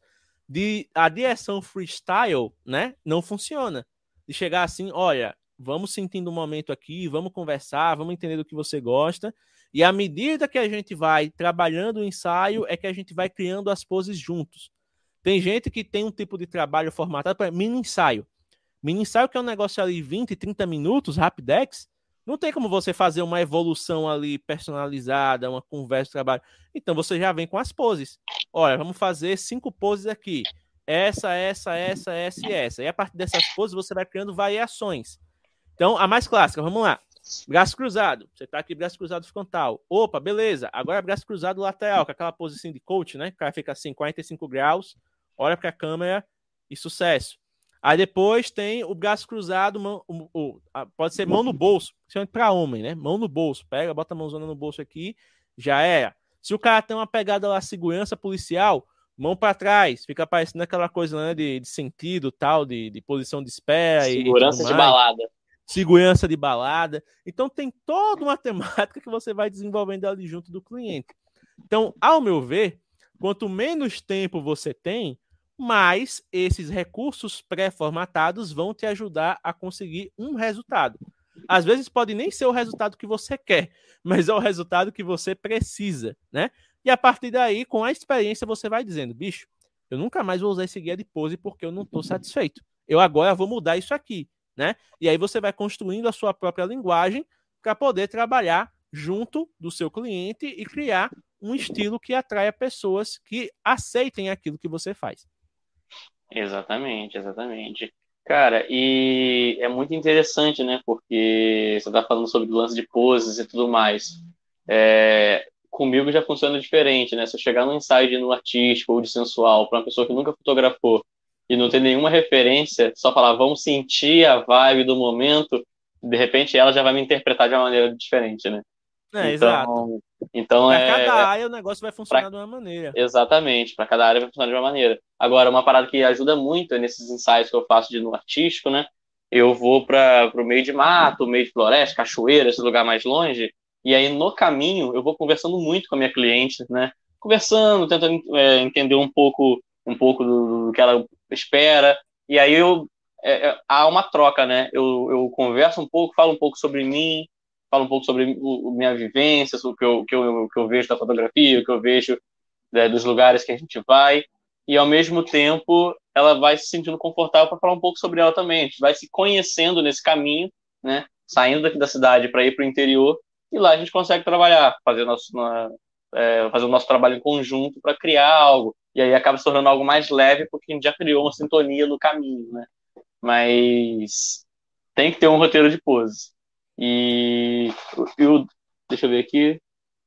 a direção freestyle, né, não funciona. De chegar assim, olha, vamos sentindo um momento aqui, vamos conversar, vamos entender do que você gosta. E à medida que a gente vai trabalhando o ensaio, é que a gente vai criando as poses juntos. Tem gente que tem um tipo de trabalho formatado para mini ensaio. Mini ensaio que é um negócio ali 20, 30 minutos, Rapidex, não tem como você fazer uma evolução ali personalizada, uma conversa de trabalho. Então você já vem com as poses. Olha, vamos fazer 5 poses aqui. Essa e essa. E a partir dessas poses você vai criando variações. Então, a mais clássica, vamos lá. Braço cruzado. Você tá aqui, braço cruzado frontal. Opa, beleza. Agora braço cruzado lateral, com aquela posição de coach, né? O cara fica assim, 45 graus, olha para a câmera e sucesso. Aí depois tem o braço cruzado, pode ser mão no bolso, principalmente para homem, né? Mão no bolso, pega, bota a mãozona no bolso aqui, já era. Se o cara tem uma pegada lá, segurança policial, mão para trás, fica parecendo aquela coisa, né, de sentido, tal, de posição de espera. Segurança e de balada. Segurança de balada. Então tem toda uma temática que você vai desenvolvendo ali junto do cliente. Então, ao meu ver, quanto menos tempo você tem, mais esses recursos pré-formatados vão te ajudar a conseguir um resultado. Às vezes pode nem ser o resultado que você quer, mas é o resultado que você precisa, né? E a partir daí, com a experiência, você vai dizendo, bicho, eu nunca mais vou usar esse guia de pose porque eu não estou satisfeito. Eu agora vou mudar isso aqui, né? E aí você vai construindo a sua própria linguagem para poder trabalhar junto do seu cliente e criar um estilo que atraia pessoas que aceitem aquilo que você faz. Exatamente, exatamente. Cara, e é muito interessante, né? Porque você tá falando sobre o lance de poses e tudo mais. Comigo já funciona diferente, né? Se eu chegar num ensaio no artístico ou de sensual para uma pessoa que nunca fotografou e não tem nenhuma referência, só falar, vamos sentir a vibe do momento, de repente ela já vai me interpretar de uma maneira diferente, né? Exato. Então para cada área o negócio vai funcionar de uma maneira. Exatamente, para cada área vai funcionar de uma maneira. Agora, uma parada que ajuda muito é nesses ensaios que eu faço no artístico, né? Eu vou para o meio de mato, meio de floresta, cachoeira, esse lugar mais longe, e aí no caminho eu vou conversando muito com a minha cliente, né? Conversando, tentando entender um pouco do que ela espera, e aí há uma troca, né? Eu converso um pouco, falo um pouco sobre mim, falo um pouco sobre minha vivência, sobre o que eu vejo da fotografia, o que eu vejo dos lugares que a gente vai, e ao mesmo tempo ela vai se sentindo confortável para falar um pouco sobre ela também. A gente vai se conhecendo nesse caminho, né? Saindo daqui da cidade para ir para o interior, e lá a gente consegue trabalhar, fazer o nosso trabalho em conjunto para criar algo, e aí acaba se tornando algo mais leve porque a gente já criou uma sintonia no caminho, né? Mas tem que ter um roteiro de pose. E deixa eu ver aqui.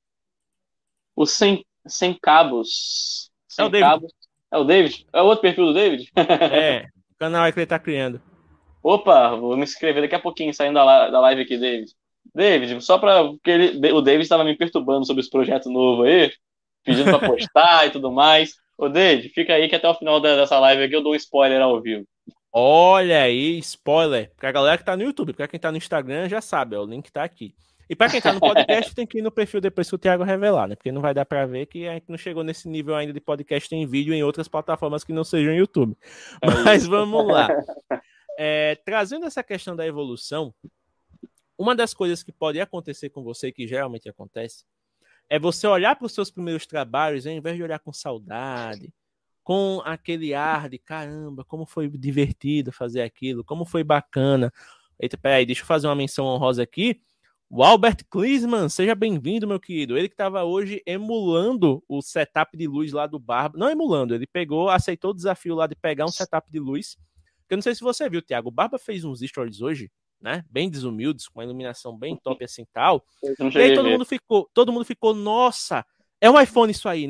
O Sem Cabos. É o Sem David. Cabos. É o David? É o outro perfil do David? O canal é que ele tá criando. Opa, vou me inscrever daqui a pouquinho, saindo da live aqui, David. David, só para porque o David estava me perturbando sobre esse projeto novo aí, pedindo para postar e tudo mais. Ô, David, fica aí que até o final dessa live aqui eu dou um spoiler ao vivo. Olha aí, spoiler. Pra galera que tá no YouTube, pra quem tá no Instagram já sabe, ó, o link tá aqui. E pra quem tá no podcast, tem que ir no perfil depois que o Thiago revelar, né? Porque não vai dar pra ver que a gente não chegou nesse nível ainda de podcast em vídeo em outras plataformas que não sejam YouTube. Mas vamos lá. Trazendo essa questão da evolução, uma das coisas que pode acontecer com você, que geralmente acontece, é você olhar para os seus primeiros trabalhos, ao invés de olhar com saudade, com aquele ar de caramba, como foi divertido fazer aquilo, como foi bacana. Eita, peraí, deixa eu fazer uma menção honrosa aqui. O Albert Klinsmann, seja bem-vindo, meu querido. Ele que estava hoje emulando o setup de luz lá do Barba. Não emulando, ele aceitou o desafio lá de pegar um setup de luz. Eu não sei se você viu, Thiago. O Barba fez uns stories hoje, né? Bem desumildes, com a iluminação bem top assim tal. E aí todo mundo ficou, nossa, é um iPhone isso aí, né?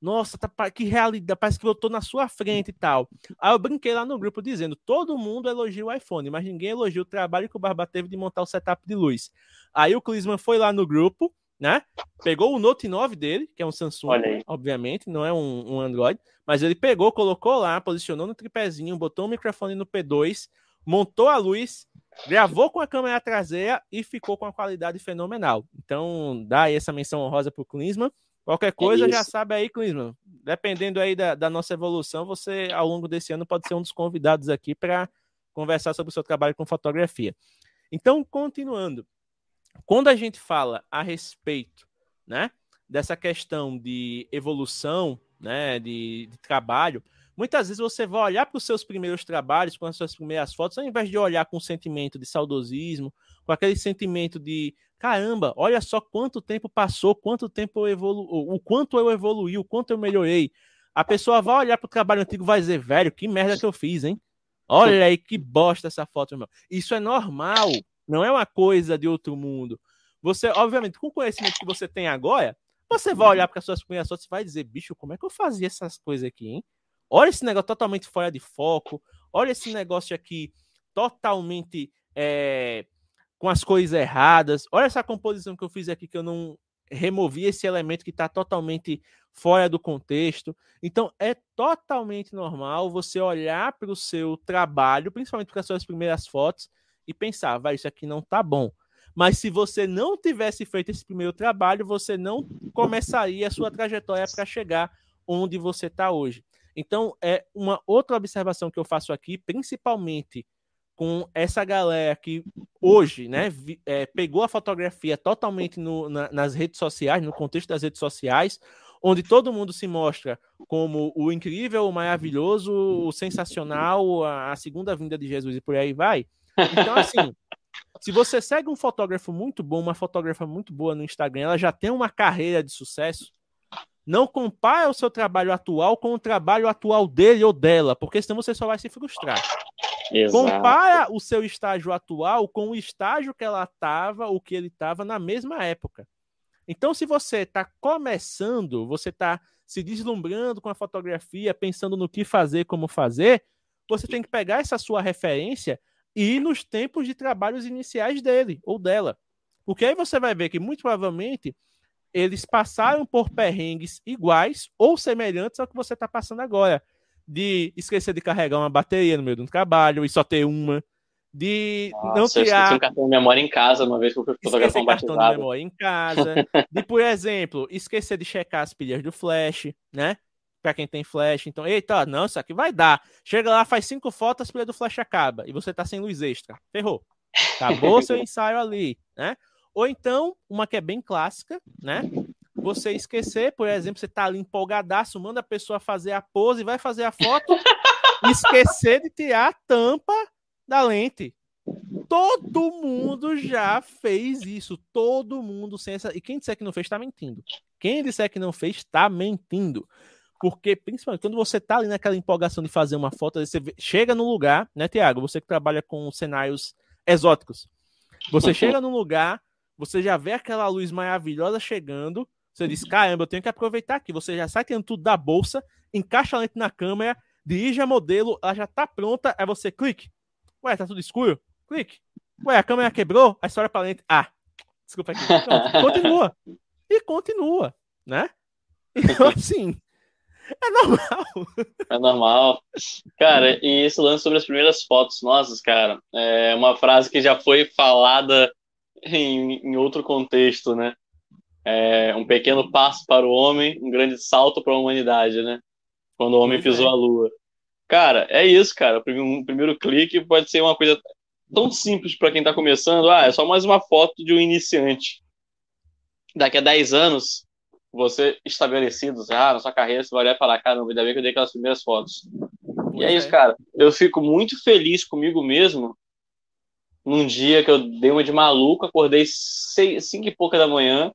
Nossa, que realidade, parece que eu tô na sua frente e tal. Aí eu brinquei lá no grupo dizendo, todo mundo elogia o iPhone, mas ninguém elogia o trabalho que o Barba teve de montar o setup de luz. Aí o Clisman foi lá no grupo, né? Pegou o Note 9 dele, que é um Samsung, Olha né? aí. Obviamente, não é um Android, mas ele pegou, colocou lá, posicionou no tripézinho, botou o microfone no P2, montou a luz, gravou com a câmera traseira e ficou com a qualidade fenomenal. Então, dá aí essa menção honrosa pro Klinsmann. Qualquer É coisa, já isso. sabe aí, Klinsmann. Dependendo aí da nossa evolução, você, ao longo desse ano, pode ser um dos convidados aqui para conversar sobre o seu trabalho com fotografia. Então, continuando. Quando a gente fala a respeito, né, dessa questão de evolução, né, de trabalho, muitas vezes você vai olhar para os seus primeiros trabalhos, com as suas primeiras fotos, ao invés de olhar com um sentimento de saudosismo, com aquele sentimento de caramba, olha só quanto tempo passou, quanto tempo eu o quanto eu evoluí, o quanto eu melhorei. A pessoa vai olhar para o trabalho antigo e vai dizer, velho, que merda que eu fiz, hein? Olha aí que bosta essa foto, irmão. Isso é normal, não é uma coisa de outro mundo. Você, obviamente, com o conhecimento que você tem agora, você vai olhar para as suas primeiras fotos e vai dizer, bicho, como é que eu fazia essas coisas aqui, hein? Olha esse negócio totalmente fora de foco. Olha esse negócio aqui totalmente com as coisas erradas. Olha essa composição que eu fiz aqui que eu não removi esse elemento que está totalmente fora do contexto. Então, é totalmente normal você olhar para o seu trabalho, principalmente para as suas primeiras fotos, e pensar, vai, isso aqui não tá bom. Mas se você não tivesse feito esse primeiro trabalho, você não começaria a sua trajetória para chegar onde você está hoje. Então, é uma outra observação que eu faço aqui, principalmente com essa galera que hoje, né, pegou a fotografia totalmente nas redes sociais, no contexto das redes sociais, onde todo mundo se mostra como o incrível, o maravilhoso, o sensacional, a segunda vinda de Jesus e por aí vai. Então, assim, se você segue um fotógrafo muito bom, uma fotógrafa muito boa no Instagram, ela já tem uma carreira de sucesso, não compare o seu trabalho atual com o trabalho atual dele ou dela, porque senão você só vai se frustrar. Exato. Compara o seu estágio atual com o estágio que ela estava, ou que ele estava na mesma época. Então, se você está começando, você está se deslumbrando com a fotografia, pensando no que fazer, como fazer, você tem que pegar essa sua referência e ir nos tempos de trabalhos iniciais dele ou dela. Porque aí você vai ver que, muito provavelmente, eles passaram por perrengues iguais ou semelhantes ao que você está passando agora. De esquecer de carregar uma bateria no meio de um trabalho e só ter uma. De não Nossa, eu esqueci um tirar... cartão de memória em casa uma vez que eu fui fotografar Esquecer um cartão de batizado. memória em casa. De, por exemplo, esquecer de checar as pilhas do flash, né? Para quem tem flash. Então, eita, não, isso aqui vai dar. Chega lá, faz 5 fotos, a pilha do flash acaba. E você tá sem luz extra. Ferrou. Acabou seu ensaio ali, né? Ou então, uma que é bem clássica, né? Você esquecer, por exemplo, você tá ali empolgadaço, manda a pessoa fazer a pose, vai fazer a foto, esquecer de tirar a tampa da lente. Todo mundo já fez isso. Todo mundo sem essa... E quem disser que não fez, tá mentindo. Quem disser que não fez, tá mentindo. Porque, principalmente, quando você tá ali naquela empolgação de fazer uma foto, você chega no lugar, né, Tiago? Você que trabalha com cenários exóticos. Você chega num lugar, você já vê aquela luz maravilhosa chegando, você diz, caramba, eu tenho que aproveitar aqui. Você já sai tirando tudo da bolsa, encaixa a lente na câmera, dirige a modelo, ela já tá pronta, aí você clique. Ué, tá tudo escuro? Clique. Ué, a câmera quebrou? Aí você olha pra lente. Ah, desculpa aqui. Pronto. Continua. E continua, né? Então, assim, é normal. É normal. Cara, e esse lance sobre as primeiras fotos nossas, cara, é uma frase que já foi falada em outro contexto, né? É um pequeno passo para o homem, um grande salto para a humanidade, né? Quando o homem Pois pisou é. a lua. Cara, é isso, cara. Um primeiro clique pode ser uma coisa tão simples para quem tá começando. Ah, é só mais uma foto de um iniciante. Daqui a 10 anos, você estabelecido, na sua carreira, você vai olhar e falar, caramba, ainda bem que eu dei aquelas primeiras fotos. E é Pois isso, é. cara. Eu fico muito feliz comigo mesmo num dia que eu dei uma de maluco, acordei 5 e pouca da manhã,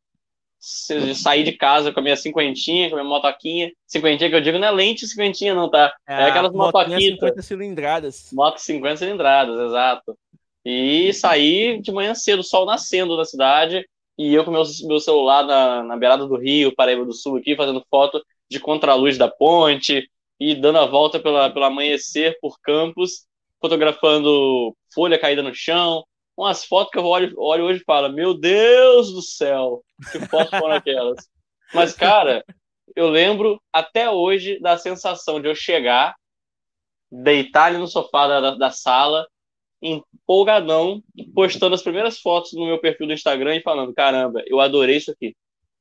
saí de casa com a minha cinquentinha, com a minha motoquinha. Cinquentinha que eu digo não é lente cinquentinha não, tá? É É a aquelas motinha motoquitas, 50 cilindradas. moto 50 cilindradas, exato. E saí de manhã cedo, sol nascendo na cidade, e eu com meu celular na beirada do Rio, Paraíba do Sul aqui, fazendo foto. de contraluz da ponte e dando a volta pelo amanhecer por campos, fotografando folha caída no chão, umas fotos que eu olho hoje e falo, meu Deus do céu, que fotos foram aquelas? Mas, cara, eu lembro até hoje da sensação de eu chegar, deitar ali no sofá da sala, empolgadão, postando as primeiras fotos no meu perfil do Instagram e falando, caramba, eu adorei isso aqui.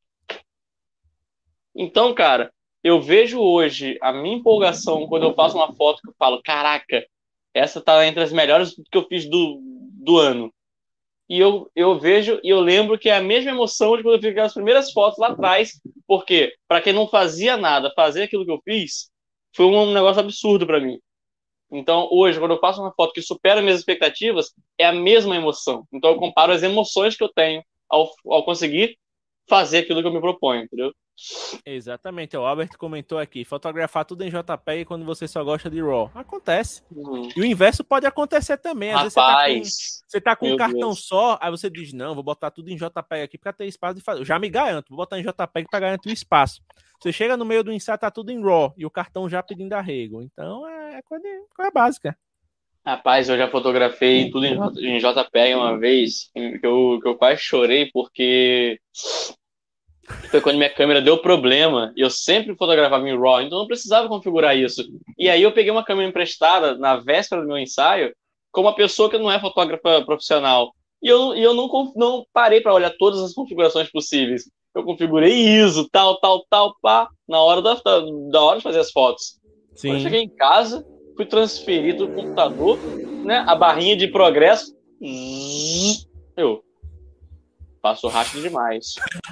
Então, cara, eu vejo hoje a minha empolgação quando eu faço uma foto que eu falo, caraca, essa tá entre as melhores que eu fiz do ano. E eu vejo e eu lembro que é a mesma emoção de quando eu fiz aquelas primeiras fotos lá atrás, porque para quem não fazia nada, fazer aquilo que eu fiz foi um negócio absurdo para mim. Então, hoje, quando eu faço uma foto que supera minhas expectativas, é a mesma emoção. Então, eu comparo as emoções que eu tenho ao conseguir fazer aquilo que eu me proponho, entendeu? Exatamente, o Albert comentou aqui, fotografar tudo em JPEG quando você só gosta de RAW. Acontece. E o inverso pode acontecer também. Às vezes você tá com um cartão só, aí você diz, não, vou botar tudo em JPEG aqui para ter espaço de fazer. Eu já me garanto, vou botar em JPEG para garantir o espaço. Você chega no meio do ensaio, tá tudo em RAW, e o cartão já pedindo arrego. Então, é coisa básica. Rapaz, eu já fotografei tudo em JPEG uma vez, que eu quase chorei, porque foi quando minha câmera deu problema. Eu sempre fotografava em RAW, então não precisava configurar isso. E aí eu peguei uma câmera emprestada na véspera do meu ensaio, com uma pessoa que não é fotógrafa profissional. E eu não parei para olhar todas as configurações possíveis. Eu configurei ISO, tal, pá, na hora da hora de fazer as fotos. Sim. Quando eu cheguei em casa, fui transferido do computador, né, a barrinha de progresso. Eu passo rápido demais.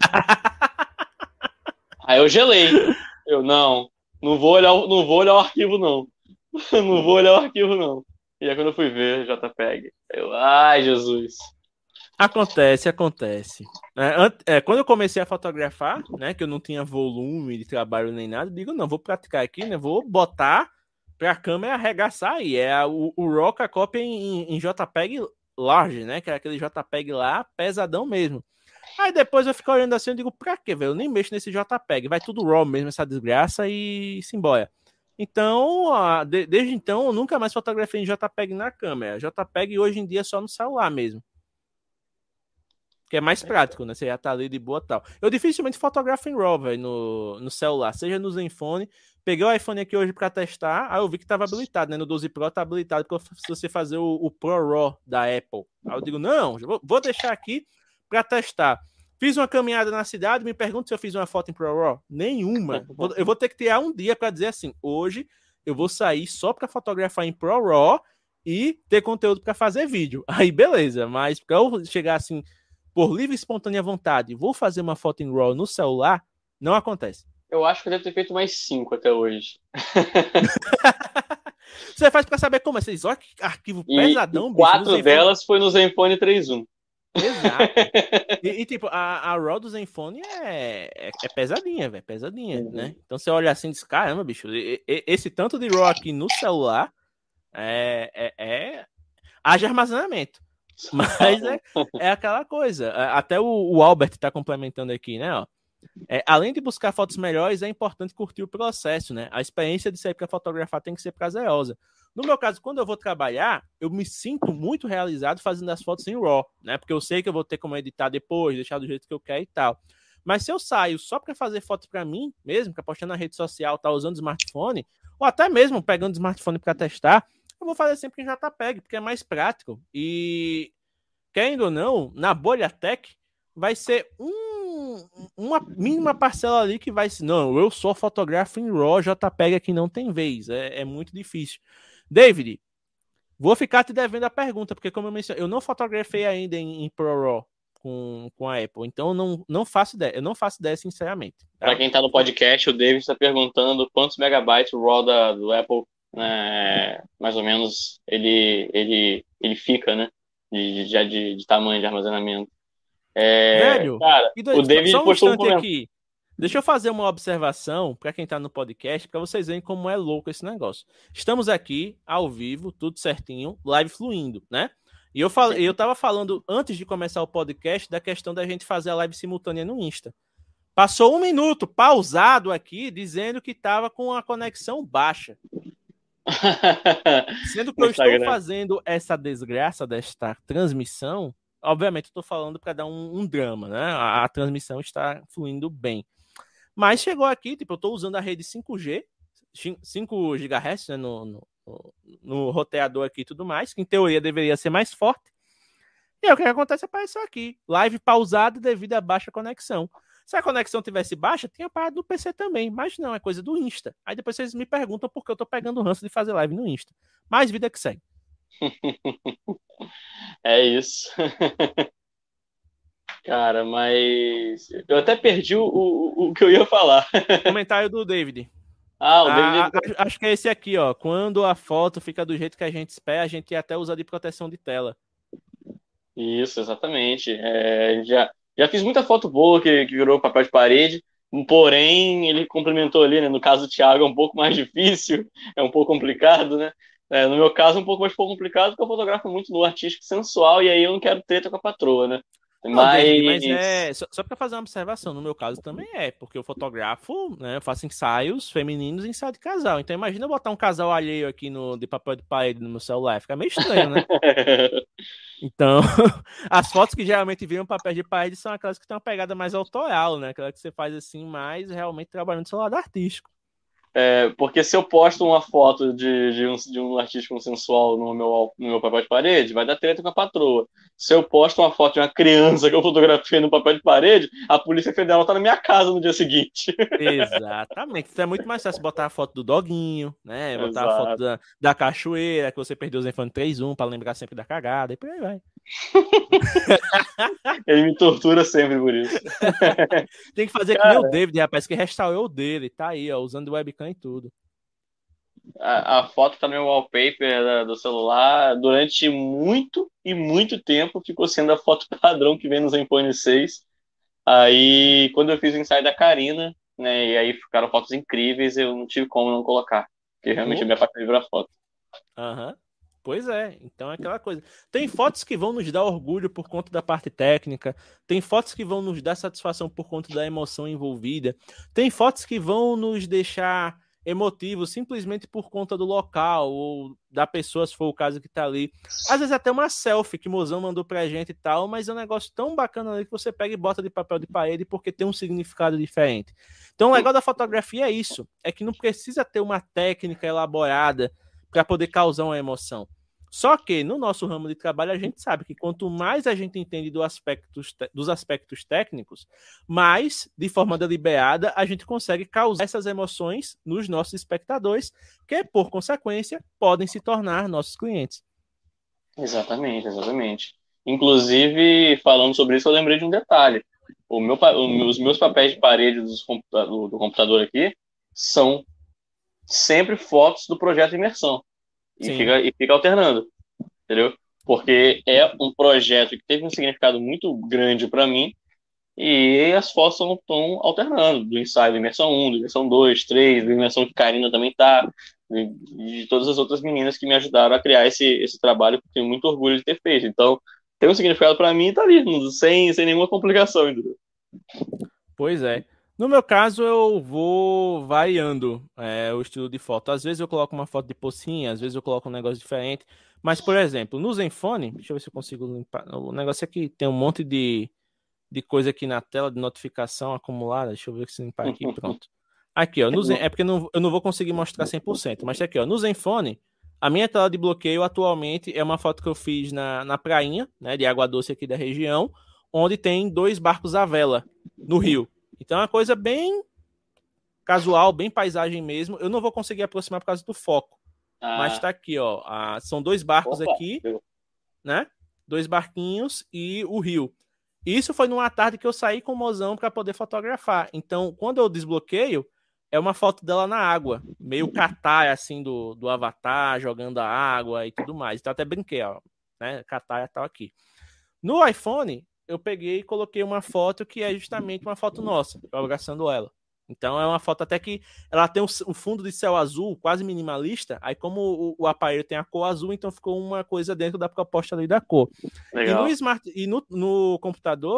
Aí eu gelei. Eu não vou olhar o arquivo não. Não vou olhar o arquivo não. E aí quando eu fui ver JPEG, ai Jesus. Acontece. Quando eu comecei a fotografar, né, que eu não tinha volume de trabalho nem nada, eu digo, não, vou praticar aqui, né, vou botar pra câmera arregaçar aí. O RAW com a cópia em JPEG large, né, que é aquele JPEG lá, pesadão mesmo. Aí depois eu fico olhando assim, eu digo, pra quê, velho? Eu nem mexo nesse JPEG, vai tudo RAW mesmo, essa desgraça, e se embora. Então, desde então, eu nunca mais fotografei em JPEG na câmera. JPEG hoje em dia é só no celular mesmo. Que é mais prático, né? Você já tá ali de boa e tal. Eu dificilmente fotografo em RAW, velho, no celular, seja no Zenfone. Peguei o iPhone aqui hoje pra testar, aí eu vi que tava habilitado, né? No 12 Pro tá habilitado pra você fazer o Pro RAW da Apple. Aí eu digo, não, vou deixar aqui pra testar. Fiz uma caminhada na cidade, me pergunto se eu fiz uma foto em Pro RAW. Nenhuma. Eu vou ter que tirar um dia pra dizer assim, hoje eu vou sair só pra fotografar em Pro RAW e ter conteúdo pra fazer vídeo. Aí beleza, mas pra eu chegar assim, por livre e espontânea vontade, vou fazer uma foto em RAW no celular, não acontece. Eu acho que eu devo ter feito mais 5 até hoje. Você faz pra saber como é. Você diz, olha que arquivo pesadão, bicho. 4 delas foi no Zenfone 3.1. Exato. E tipo, a RAW do Zenfone é pesadinha, velho. Pesadinha, né? Então você olha assim e diz, caramba, bicho, esse tanto de RAW aqui no celular haja armazenamento. Mas é aquela coisa. Até o Albert tá complementando aqui, né? Ó. Além de buscar fotos melhores, é importante curtir o processo, né? A experiência de sair para fotografar tem que ser prazerosa. No meu caso, quando eu vou trabalhar, eu me sinto muito realizado fazendo as fotos em RAW, né? Porque eu sei que eu vou ter como editar depois, deixar do jeito que eu quero e tal. Mas se eu saio só para fazer foto para mim mesmo, para postar na rede social, tá usando smartphone, ou até mesmo pegando o smartphone para testar, eu vou fazer sempre em JPEG, porque é mais prático. E, querendo ou não, na bolha tech, vai ser uma mínima parcela ali que vai ser, não, eu só fotografo em RAW, JPEG aqui não tem vez. É muito difícil. David, vou ficar te devendo a pergunta, porque como eu mencionei, eu não fotografei ainda em ProRAW com a Apple, então eu não faço ideia, sinceramente. Tá? Para quem tá no podcast, o David está perguntando quantos megabytes o RAW do Apple, mais ou menos, ele fica, né, de tamanho de armazenamento. Velho, cara, o David só um postou instante aqui. Deixa eu fazer uma observação para quem tá no podcast, para vocês verem como é louco esse negócio. Estamos aqui, ao vivo, tudo certinho, live fluindo, né? E eu tava falando, antes de começar o podcast, da questão da gente fazer a live simultânea no Insta. Passou 1 minuto pausado aqui, dizendo que estava com a conexão baixa. Sendo que No eu estou Instagram. fazendo essa desgraça desta transmissão, obviamente eu estou falando para dar um drama, né? A transmissão está fluindo bem. Mas chegou aqui, tipo, eu estou usando a rede 5G, 5 GHz, né, no roteador aqui e tudo mais, que em teoria deveria ser mais forte. E aí o que acontece? Apareceu aqui, live pausada devido à baixa conexão. Se a conexão tivesse baixa, tinha parado no PC também. Mas não, é coisa do Insta. Aí depois vocês me perguntam por que eu tô pegando o ranço de fazer live no Insta. Mais vida que segue. É isso. Cara, mas eu até perdi o que eu ia falar. Comentário do David. O David. Acho que é esse aqui, ó. Quando a foto fica do jeito que a gente espera, a gente até usa de proteção de tela. Isso, exatamente. Já fiz muita foto boa que virou papel de parede, porém ele complementou ali, né? No caso do Thiago é um pouco mais difícil, é um pouco complicado, né? No meu caso é um pouco mais complicado porque eu fotografo muito no artístico e sensual e aí eu não quero treta com a patroa, né? Não, David, mas Mas só para fazer uma observação, no meu caso também porque eu fotografo, né? Eu faço ensaios femininos e ensaio de casal. Então imagina eu botar um casal alheio aqui de papel de parede no meu celular, fica meio estranho, né? Então, as fotos que geralmente viram papel de parede são aquelas que têm uma pegada mais autoral, né? Aquela que você faz assim, mais realmente trabalhando do seu lado artístico. Porque se eu posto uma foto de um artista sensual no meu papel de parede, vai dar treta com a patroa. Se eu posto uma foto de uma criança que eu fotografei no papel de parede, a Polícia Federal tá na minha casa no dia seguinte. Exatamente. Então é muito mais fácil botar a foto do doguinho, né? Botar a foto Exato. da cachoeira, que você perdeu os iPhone 3.1 para lembrar sempre da cagada, e por aí vai. Ele me tortura sempre por isso. Tem que fazer que nem o David, rapaz, que restaurou o dele. Tá aí, ó, usando webcam e tudo. A foto tá no meu wallpaper do celular durante muito e muito tempo. Ficou sendo a foto padrão que vem nos iPhone 6. Aí, quando eu fiz o ensaio da Karina, né, e aí ficaram fotos incríveis, eu não tive como não colocar. Porque realmente eu me apaixonei pela foto. Aham. Pois é, então é aquela coisa. Tem fotos que vão nos dar orgulho por conta da parte técnica, tem fotos que vão nos dar satisfação por conta da emoção envolvida, tem fotos que vão nos deixar emotivos simplesmente por conta do local ou da pessoa, se for o caso que tá ali. Às vezes até uma selfie que o mozão mandou pra gente e tal, mas é um negócio tão bacana ali que você pega e bota de papel de parede porque tem um significado diferente. Então o legal da fotografia é isso, é que não precisa ter uma técnica elaborada para poder causar uma emoção. Só que no nosso ramo de trabalho a gente sabe que quanto mais a gente entende dos aspectos técnicos, mais, de forma deliberada, a gente consegue causar essas emoções nos nossos espectadores, que, por consequência, podem se tornar nossos clientes. Exatamente, exatamente. Inclusive, falando sobre isso, eu lembrei de um detalhe. Os meus papéis de parede do computador aqui são sempre fotos do projeto Imersão. E fica alternando, entendeu? Porque é um projeto que teve um significado muito grande para mim e as fotos estão alternando, do ensaio da Imersão 1, da Imersão 2, 3, da Imersão que Karina também tá, de todas as outras meninas que me ajudaram a criar esse trabalho que eu tenho muito orgulho de ter feito. Então, tem um significado para mim e tá ali, sem nenhuma complicação, entendeu? Pois é. No meu caso, eu vou variando o estilo de foto. Às vezes eu coloco uma foto de pocinha, às vezes eu coloco um negócio diferente. Mas, por exemplo, no Zenfone, deixa eu ver se eu consigo limpar. O negócio aqui tem um monte de coisa aqui na tela, de notificação acumulada. Deixa eu ver se limpar aqui, pronto. Aqui, ó. É porque eu não vou conseguir mostrar 100%, mas tá aqui, ó. No Zenfone, a minha tela de bloqueio atualmente é uma foto que eu fiz na prainha, né, de Água Doce aqui da região, onde tem 2 barcos à vela no rio. Então é uma coisa bem casual, bem paisagem mesmo. Eu não vou conseguir aproximar por causa do foco. Mas tá aqui, ó. São 2 barcos aqui, né? 2 barquinhos e o rio. Isso foi numa tarde que eu saí com o mozão para poder fotografar. Então, quando eu desbloqueio, é uma foto dela na água. Meio Kataya, assim, do Avatar, jogando a água e tudo mais. Então até brinquei, ó. Né? Kataya tá aqui. No iPhone, eu peguei e coloquei uma foto que é justamente uma foto nossa, abraçando ela. Então é uma foto até que ela tem um fundo de céu azul, quase minimalista. Aí como o aparelho tem a cor azul, então ficou uma coisa dentro da proposta ali da cor. Legal. E no computador,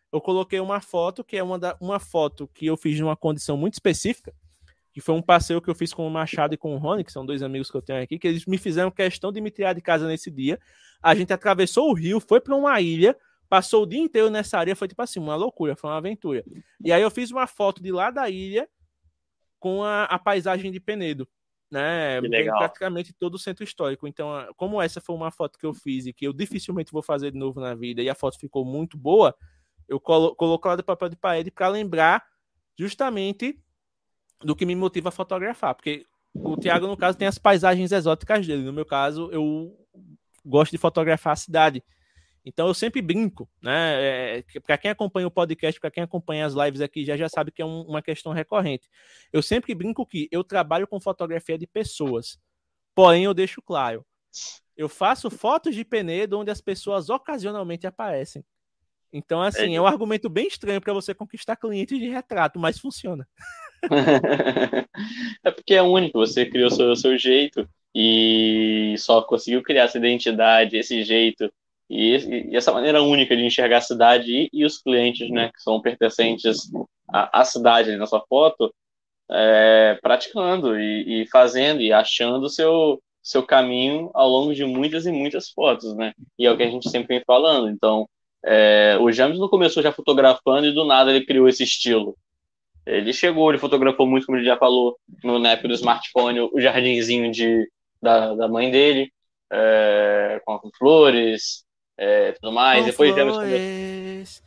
eu coloquei uma foto, que é uma foto que eu fiz numa condição muito específica, que foi um passeio que eu fiz com o Machado e com o Rony, que são 2 amigos que eu tenho aqui, que eles me fizeram questão de me tirar de casa nesse dia. A gente atravessou o rio, foi para uma ilha, passou o dia inteiro nessa área, foi tipo assim, uma loucura, foi uma aventura. E aí eu fiz uma foto de lá da ilha com a paisagem de Penedo, né? Que legal. Praticamente todo o centro histórico. Então, como essa foi uma foto que eu fiz e que eu dificilmente vou fazer de novo na vida, e a foto ficou muito boa, eu coloco lá de papel de parede para lembrar justamente do que me motiva a fotografar, porque o Thiago, no caso, tem as paisagens exóticas dele. No meu caso, eu gosto de fotografar a cidade. Então eu sempre brinco, né? Para quem acompanha o podcast, para quem acompanha as lives aqui, já sabe que é uma questão recorrente. Eu sempre brinco que eu trabalho com fotografia de pessoas, porém eu deixo claro, eu faço fotos de Penedo onde as pessoas ocasionalmente aparecem. Então, assim, é um argumento bem estranho para você conquistar clientes de retrato, mas funciona. É porque é único, você criou o seu jeito e só conseguiu criar essa identidade, esse jeito e essa maneira única de enxergar a cidade e os clientes, né, que são pertencentes à cidade na sua foto, praticando e fazendo e achando o seu caminho ao longo de muitas e muitas fotos, né? E é o que a gente sempre vem falando. Então, o James não começou já fotografando e do nada ele criou esse estilo. Ele chegou, ele fotografou muito, como ele já falou, na época do smartphone, o jardinzinho da mãe dele, com flores, tudo mais. Com Depois flores.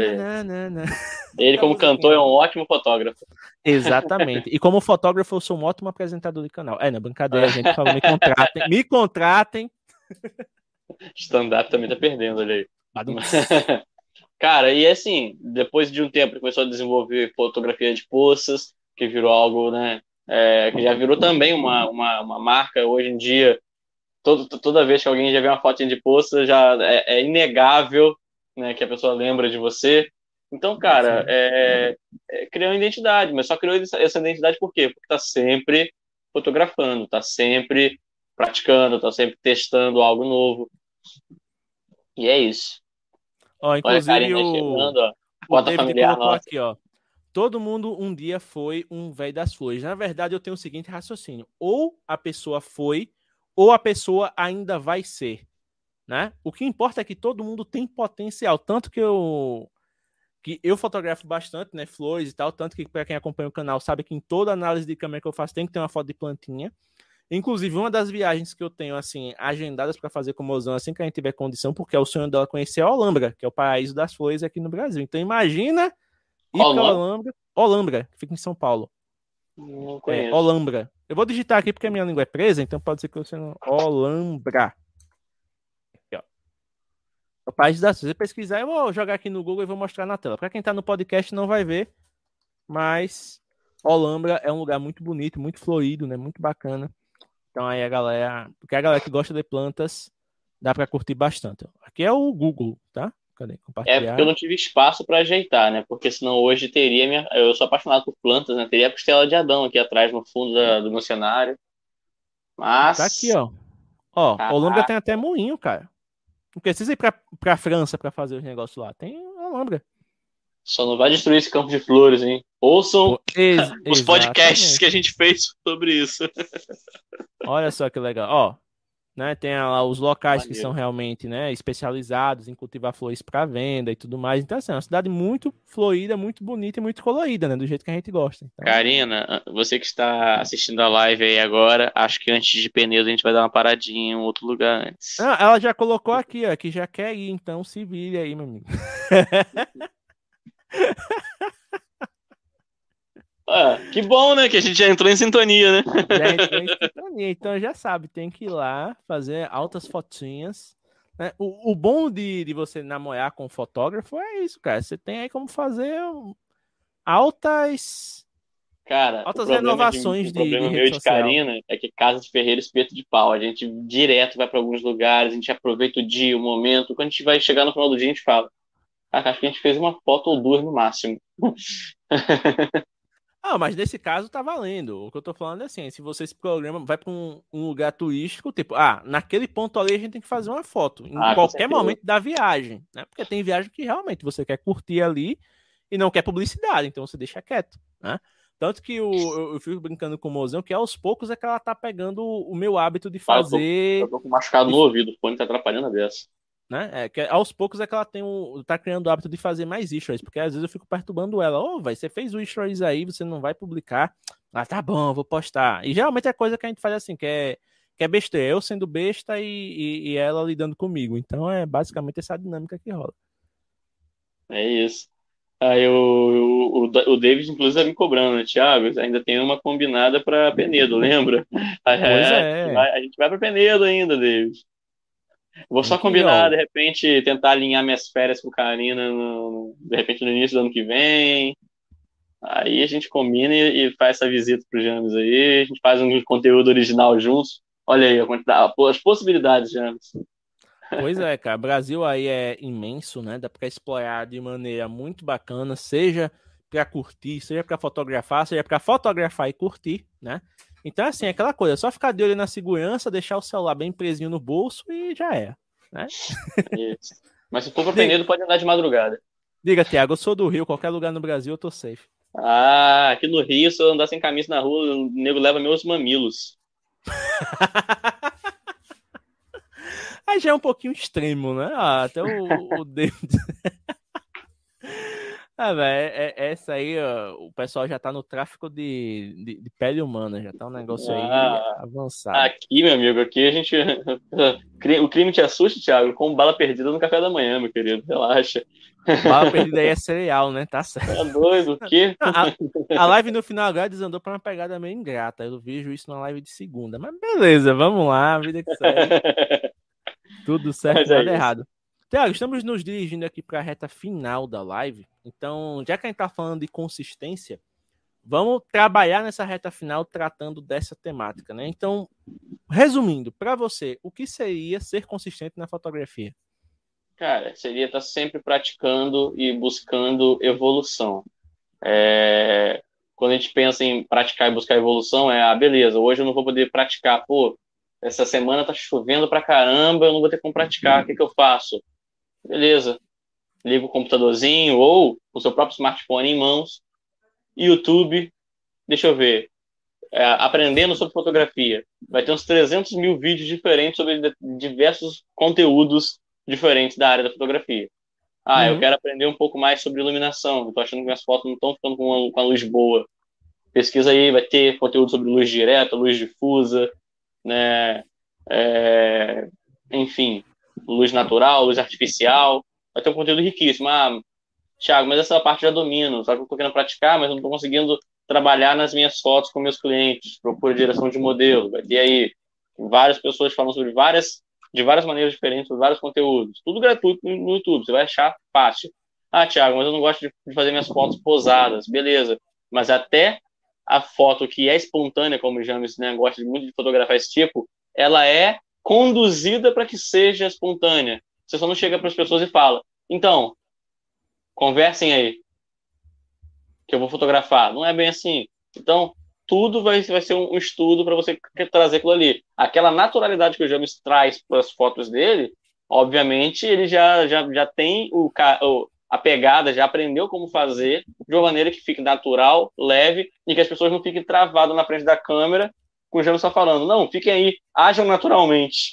ele, como cantor, é um ótimo fotógrafo. Exatamente. E como fotógrafo, eu sou um ótimo apresentador de canal. Na brincadeira, a gente falou, me contratem. Me contratem. Stand-up também tá perdendo ali. Cara, e assim, depois de um tempo ele começou a desenvolver fotografia de poças, que virou algo, né, que já virou também uma marca hoje em dia. Toda vez que alguém já vê uma fotinha de poça, já é inegável, né, que a pessoa lembra de você. Então, cara, criou uma identidade, mas só criou essa identidade por quê? Porque tá sempre fotografando, tá sempre praticando, tá sempre testando algo novo. E é isso. Inclusive, olha a Karina chegando, ó. O Foto David familiar colocou nossa. aqui, ó. Todo mundo um dia foi um velho das flores. Na verdade, eu tenho o seguinte raciocínio. Ou a pessoa foi, ou a pessoa ainda vai ser, né? O que importa é que todo mundo tem potencial. Tanto que eu fotografo bastante, né? Flores e tal. Tanto que para quem acompanha o canal sabe que em toda análise de câmera que eu faço tem que ter uma foto de plantinha. Inclusive, uma das viagens que eu tenho, assim, agendadas para fazer com o mozão assim que a gente tiver condição, porque é o sonho dela conhecer a Olambra, que é o paraíso das flores aqui no Brasil. Então, imagina ir para Olambra, que fica em São Paulo. Não conheço. Olambra. Eu vou digitar aqui porque a minha língua é presa, então pode ser que você não... Olambra. Aqui, ó. O país das flores. Se você pesquisar, eu vou jogar aqui no Google e vou mostrar na tela. Para quem tá no podcast não vai ver, mas Olambra é um lugar muito bonito, muito florido, né? Muito bacana. Então aí a galera que gosta de plantas, dá para curtir bastante. Aqui é o Google, tá? Cadê? Compartilhar. Porque eu não tive espaço para ajeitar, né? Porque senão hoje teria eu sou apaixonado por plantas, né? Teria a costela de Adão aqui atrás no fundo do meu cenário. Mas tá aqui, ó. Olambra tem até moinho, cara. Não precisa ir pra França para fazer os negócios lá. Tem Olambra. Só não vai destruir esse campo de flores, hein? Ouçam os podcasts que a gente fez sobre isso. Olha só que legal. Né, tem lá os locais que são realmente, né, especializados em cultivar flores para venda e tudo mais. Então, assim, é uma cidade muito florida, muito bonita e muito colorida, né? Do jeito que a gente gosta. Então... Karina, você que está assistindo a live aí agora, acho que antes de Penedo a gente vai dar uma paradinha em outro lugar antes. Ela já colocou aqui, ó, que já quer ir, então se vire aí, meu amigo. Que bom, né? Que a gente já entrou em sintonia, né? Já entrou em sintonia, então já sabe, tem que ir lá fazer altas fotinhas. Né? O bom de você namorar com um fotógrafo é isso, cara. Você tem aí como fazer altas renovações o problema de meu rede de social. Karina é que casa de ferreiro espeto de pau. A gente direto vai para alguns lugares, a gente aproveita o dia, o momento. Quando a gente vai chegar no final do dia, a gente fala: acho que a gente fez uma foto ou duas no máximo. Ah, mas nesse caso tá valendo. O que eu tô falando é assim, se você se programa, vai para um lugar turístico, tipo, naquele ponto ali a gente tem que fazer uma foto, em Ah, com qualquer certeza. momento da viagem, né? Porque tem viagem que realmente você quer curtir ali e não quer publicidade, então você deixa quieto, né? Tanto que eu fico brincando com o mozão que aos poucos é que ela tá pegando o meu hábito de Ah, eu fazer, tô com machucado de no ouvido, o fone tá atrapalhando a beça. né? Que aos poucos é que ela tá criando o hábito de fazer mais stories, porque às vezes eu fico perturbando ela. Vai, você fez o stories aí, você não vai publicar. Ah, tá bom, vou postar. E geralmente é coisa que a gente faz assim, que é besteira. Eu sendo besta e ela lidando comigo. Então é basicamente essa dinâmica que rola. É isso. Aí o David, inclusive, tá me cobrando, né? Thiago, ainda tem uma combinada pra Penedo, lembra? Pois A gente é. vai, a gente vai pra Penedo ainda, David. Vou Tem só que, combinar, ó. de repente, tentar alinhar minhas férias com Karina, de repente, no início do ano que vem. Aí a gente combina e faz essa visita pro James aí. A gente faz um conteúdo original juntos. Olha aí a quantidade, as possibilidades, James. Pois é, cara. O Brasil aí é imenso, né? Dá pra explorar de maneira muito bacana, seja pra curtir, seja pra fotografar, seja pra fotografar e curtir, né? Então, assim, é aquela coisa, só ficar de olho na segurança, deixar o celular bem presinho no bolso e já é, né? Isso. Mas se for pra Diga, Penedo, pode andar de madrugada. diga, Thiago, eu sou do Rio, qualquer lugar no Brasil eu tô safe. Ah, aqui no Rio, se eu andar sem camisa na rua, o nego leva meus mamilos. Aí já é um pouquinho extremo, né? Até o David. Velho, essa aí, ó, o pessoal já tá no tráfico de pele humana, já tá um negócio aí Ah, avançado. aqui, meu amigo, aqui a gente. O crime te assusta, Thiago, com bala perdida no café da manhã, meu querido. Relaxa. Bala perdida aí é cereal, né? Tá certo. Tá doido, o quê? A live no final agora desandou pra uma pegada meio ingrata. Eu vejo isso na live de segunda. Mas beleza, vamos lá, a vida que segue. Tudo certo, Mas é nada isso. errado. Tiago, estamos nos dirigindo aqui para a reta final da live. Então, já que a gente está falando de consistência, vamos trabalhar nessa reta final tratando dessa temática, né? Então, resumindo, para você, o que seria ser consistente na fotografia? Cara, seria estar sempre praticando e buscando evolução. Quando a gente pensa em praticar e buscar evolução, beleza, hoje eu não vou poder praticar, pô, essa semana tá chovendo pra caramba, eu não vou ter como praticar, o que que eu faço? Beleza, liga o computadorzinho ou o seu próprio smartphone em mãos, YouTube, deixa eu ver, aprendendo sobre fotografia. Vai ter uns 300 mil vídeos diferentes sobre diversos conteúdos diferentes da área da fotografia. Eu Uhum. quero aprender um pouco mais sobre iluminação. Eu tô achando que minhas fotos não estão ficando com a luz boa. Pesquisa aí, vai ter conteúdo sobre luz direta, luz difusa, né? É, enfim, luz natural, luz artificial. Vai ter um conteúdo riquíssimo. Thiago, mas essa parte eu já domino, só que eu estou querendo praticar, mas não estou conseguindo trabalhar nas minhas fotos com meus clientes, procuro direção de modelo. Vai ter aí várias pessoas falando de várias maneiras diferentes, sobre vários conteúdos. Tudo gratuito no YouTube, você vai achar fácil. Thiago, mas eu não gosto de fazer minhas fotos posadas. Beleza, mas até a foto que é espontânea, como o James, né, gosta muito de fotografar esse tipo, ela é conduzida para que seja espontânea. Você só não chega para as pessoas e fala, então, conversem aí, que eu vou fotografar. Não é bem assim. Então, tudo vai ser um estudo para você trazer aquilo ali. Aquela naturalidade que o James traz para as fotos dele, obviamente, ele já tem a pegada, já aprendeu como fazer de uma maneira que fique natural, leve, e que as pessoas não fiquem travadas na frente da câmera com o James só falando. Não, fiquem aí, ajam naturalmente.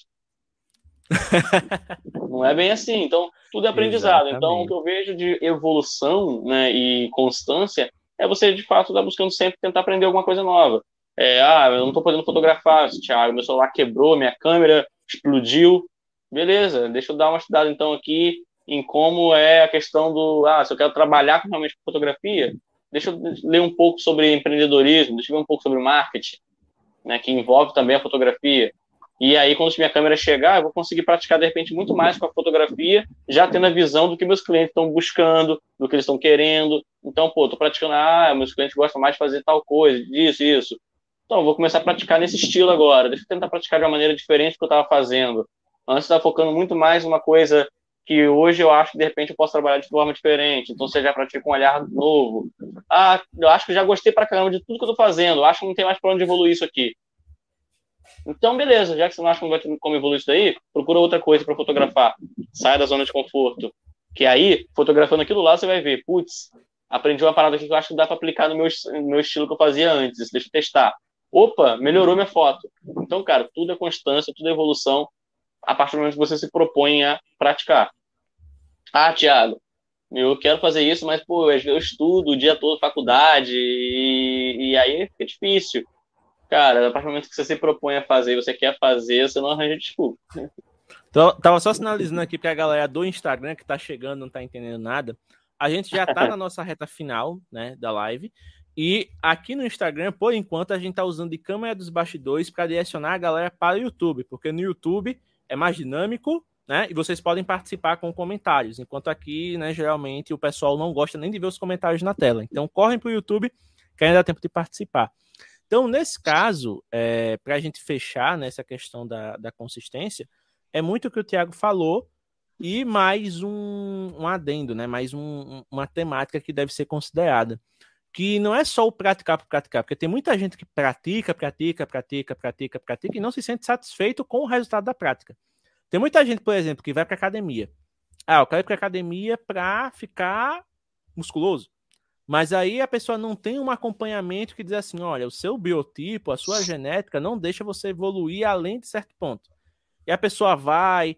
Não é bem assim. Então, tudo é aprendizado. Então, o que Exatamente. eu vejo de evolução, né, e constância é você, de fato, estar buscando sempre tentar aprender alguma coisa nova. Eu não estou podendo fotografar, Thiago, meu celular quebrou, minha câmera explodiu. Beleza, deixa eu dar uma estudada, então, aqui em como é a questão se eu quero trabalhar realmente com fotografia, deixa eu ler um pouco sobre empreendedorismo, deixa eu ver um pouco sobre marketing, né, que envolve também a fotografia. E aí, quando minha câmera chegar, eu vou conseguir praticar, de repente, muito mais com a fotografia, já tendo a visão do que meus clientes estão buscando, do que eles estão querendo. Então, pô, tô praticando, meus clientes gostam mais de fazer tal coisa, disso, isso. Então, eu vou começar a praticar nesse estilo agora. Deixa eu tentar praticar de uma maneira diferente do que eu estava fazendo. Antes, eu estava focando muito mais numa coisa que hoje eu acho que de repente eu posso trabalhar de forma diferente, então você já pratica um olhar novo. Ah, eu acho que já gostei pra caramba de tudo que eu tô fazendo, eu acho que não tem mais pra onde evoluir isso aqui. Então, beleza, já que você não acha que não vai ter como evoluir isso daí, procura outra coisa para fotografar. Sai da zona de conforto. Que aí, fotografando aquilo lá, você vai ver, putz, aprendi uma parada aqui que eu acho que dá para aplicar no meu estilo que eu fazia antes, deixa eu testar. Opa, melhorou minha foto. Então, cara, tudo é constância, tudo é evolução, a partir do momento que você se propõe a praticar. Ah, Thiago, eu quero fazer isso, mas, pô, eu estudo o dia todo faculdade, e aí fica difícil. Cara, a partir do momento que você se propõe a fazer e você quer fazer, você não arranja desculpa. Então, tava só sinalizando aqui pra galera do Instagram que tá chegando, não tá entendendo nada. A gente já tá na nossa reta final, né, da live. E aqui no Instagram, por enquanto, a gente tá usando de câmera dos bastidores para direcionar a galera para o YouTube, porque no YouTube é mais dinâmico, né? E vocês podem participar com comentários, enquanto aqui, né, geralmente o pessoal não gosta nem de ver os comentários na tela. Então, correm pro YouTube que ainda dá tempo de participar. Então, nesse caso, para a gente fechar nessa questão da consistência, é muito o que o Thiago falou e mais um adendo, né? Mais uma temática que deve ser considerada. Que não é só o praticar por praticar, porque tem muita gente que pratica e não se sente satisfeito com o resultado da prática. Tem muita gente, por exemplo, que vai para academia. Ah, eu quero ir para academia para ficar musculoso. Mas aí a pessoa não tem um acompanhamento que diz assim, olha, o seu biotipo, a sua genética não deixa você evoluir além de certo ponto. E a pessoa vai,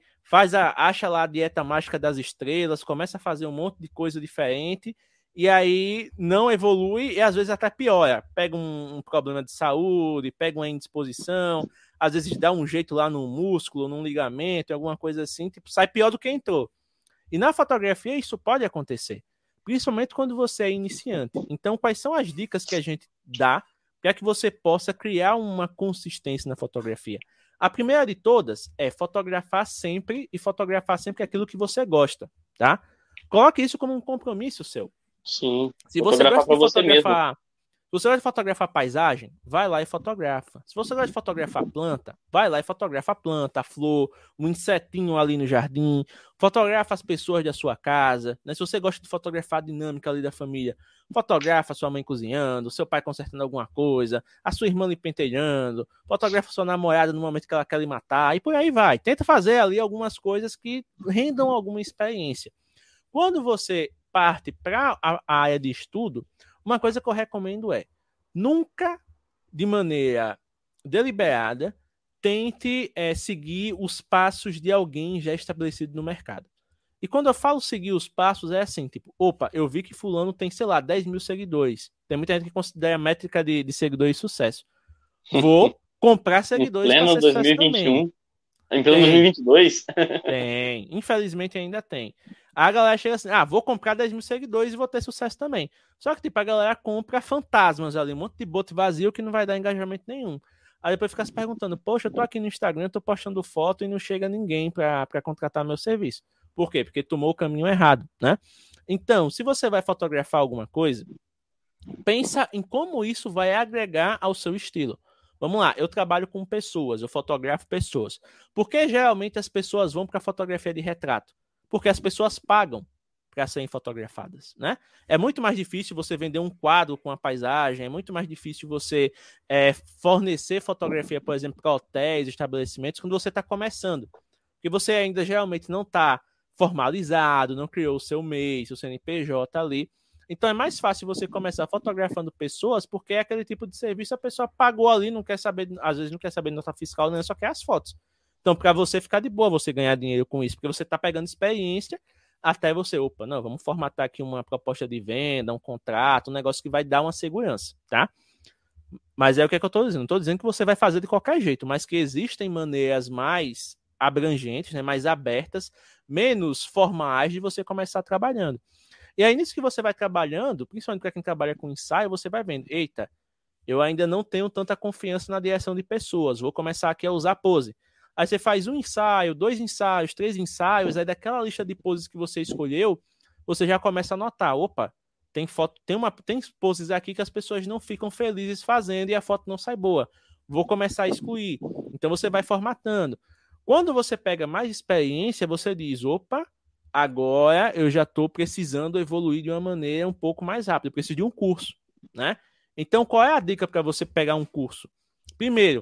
acha lá a dieta mágica das estrelas, começa a fazer um monte de coisa diferente e aí não evolui e às vezes até piora. Pega um problema de saúde, pega uma indisposição, às vezes dá um jeito lá no músculo, num ligamento, alguma coisa assim, tipo, sai pior do que entrou. E na fotografia isso pode acontecer, principalmente quando você é iniciante. Então, quais são as dicas que a gente dá para que você possa criar uma consistência na fotografia? A primeira de todas é fotografar sempre e fotografar sempre aquilo que você gosta, tá? Coloque isso como um compromisso seu. Sim. Se você gosta de fotografar, se você gosta de fotografar paisagem, vai lá e fotografa. Se você gosta de fotografar planta, vai lá e fotografa a planta, a flor, um insetinho ali no jardim, fotografa as pessoas da sua casa, né? Se você gosta de fotografar a dinâmica ali da família, fotografa sua mãe cozinhando, seu pai consertando alguma coisa, a sua irmã lhe pentelhando, fotografa sua namorada no momento que ela quer lhe matar, e por aí vai. Tenta fazer ali algumas coisas que rendam alguma experiência. Quando você parte para a área de estudo, uma coisa que eu recomendo é nunca, de maneira deliberada, tente seguir os passos de alguém já estabelecido no mercado. E quando eu falo seguir os passos, é assim, tipo, opa, eu vi que fulano tem, sei lá, 10 mil seguidores. Tem muita gente que considera a métrica de seguidores sucesso. Vou comprar seguidores para ser sucesso também. Em pleno 2022? Tem. Infelizmente ainda tem. A galera chega assim, vou comprar 10 mil seguidores e vou ter sucesso também. Só que, tipo, a galera compra fantasmas ali, um monte de bot vazio que não vai dar engajamento nenhum. Aí depois fica se perguntando, poxa, eu tô aqui no Instagram, tô postando foto e não chega ninguém para contratar meu serviço. Por quê? Porque tomou o caminho errado, né? Então, se você vai fotografar alguma coisa, pensa em como isso vai agregar ao seu estilo. Vamos lá, eu trabalho com pessoas, eu fotografo pessoas. Por que geralmente as pessoas vão para a fotografia de retrato? Porque as pessoas pagam para serem fotografadas, né? É muito mais difícil você vender um quadro com a paisagem, é muito mais difícil você fornecer fotografia, por exemplo, para hotéis, estabelecimentos, quando você está começando. Porque você ainda geralmente não está formalizado, não criou o seu MEI, seu CNPJ ali. Então é mais fácil você começar fotografando pessoas, porque é aquele tipo de serviço, a pessoa pagou ali, não quer saber, às vezes não quer saber de nota fiscal, nem só quer as fotos. Então, para você ficar de boa, você ganhar dinheiro com isso, porque você está pegando experiência, até você, opa, não, vamos formatar aqui uma proposta de venda, um contrato, um negócio que vai dar uma segurança, tá? Mas é o que eu estou dizendo. Não estou dizendo que você vai fazer de qualquer jeito, mas que existem maneiras mais abrangentes, né, mais abertas, menos formais de você começar trabalhando. E aí, nisso que você vai trabalhando, principalmente para quem trabalha com ensaio, você vai vendo, eita, eu ainda não tenho tanta confiança na direção de pessoas, vou começar aqui a usar pose. Aí você faz um ensaio, 2 ensaios, 3 ensaios, aí daquela lista de poses que você escolheu, você já começa a notar, opa, tem poses aqui que as pessoas não ficam felizes fazendo e a foto não sai boa. Vou começar a excluir. Então você vai formatando. Quando você pega mais experiência, você diz, opa, agora eu já estou precisando evoluir de uma maneira um pouco mais rápida. Eu preciso de um curso, né? Então, qual é a dica para você pegar um curso? Primeiro,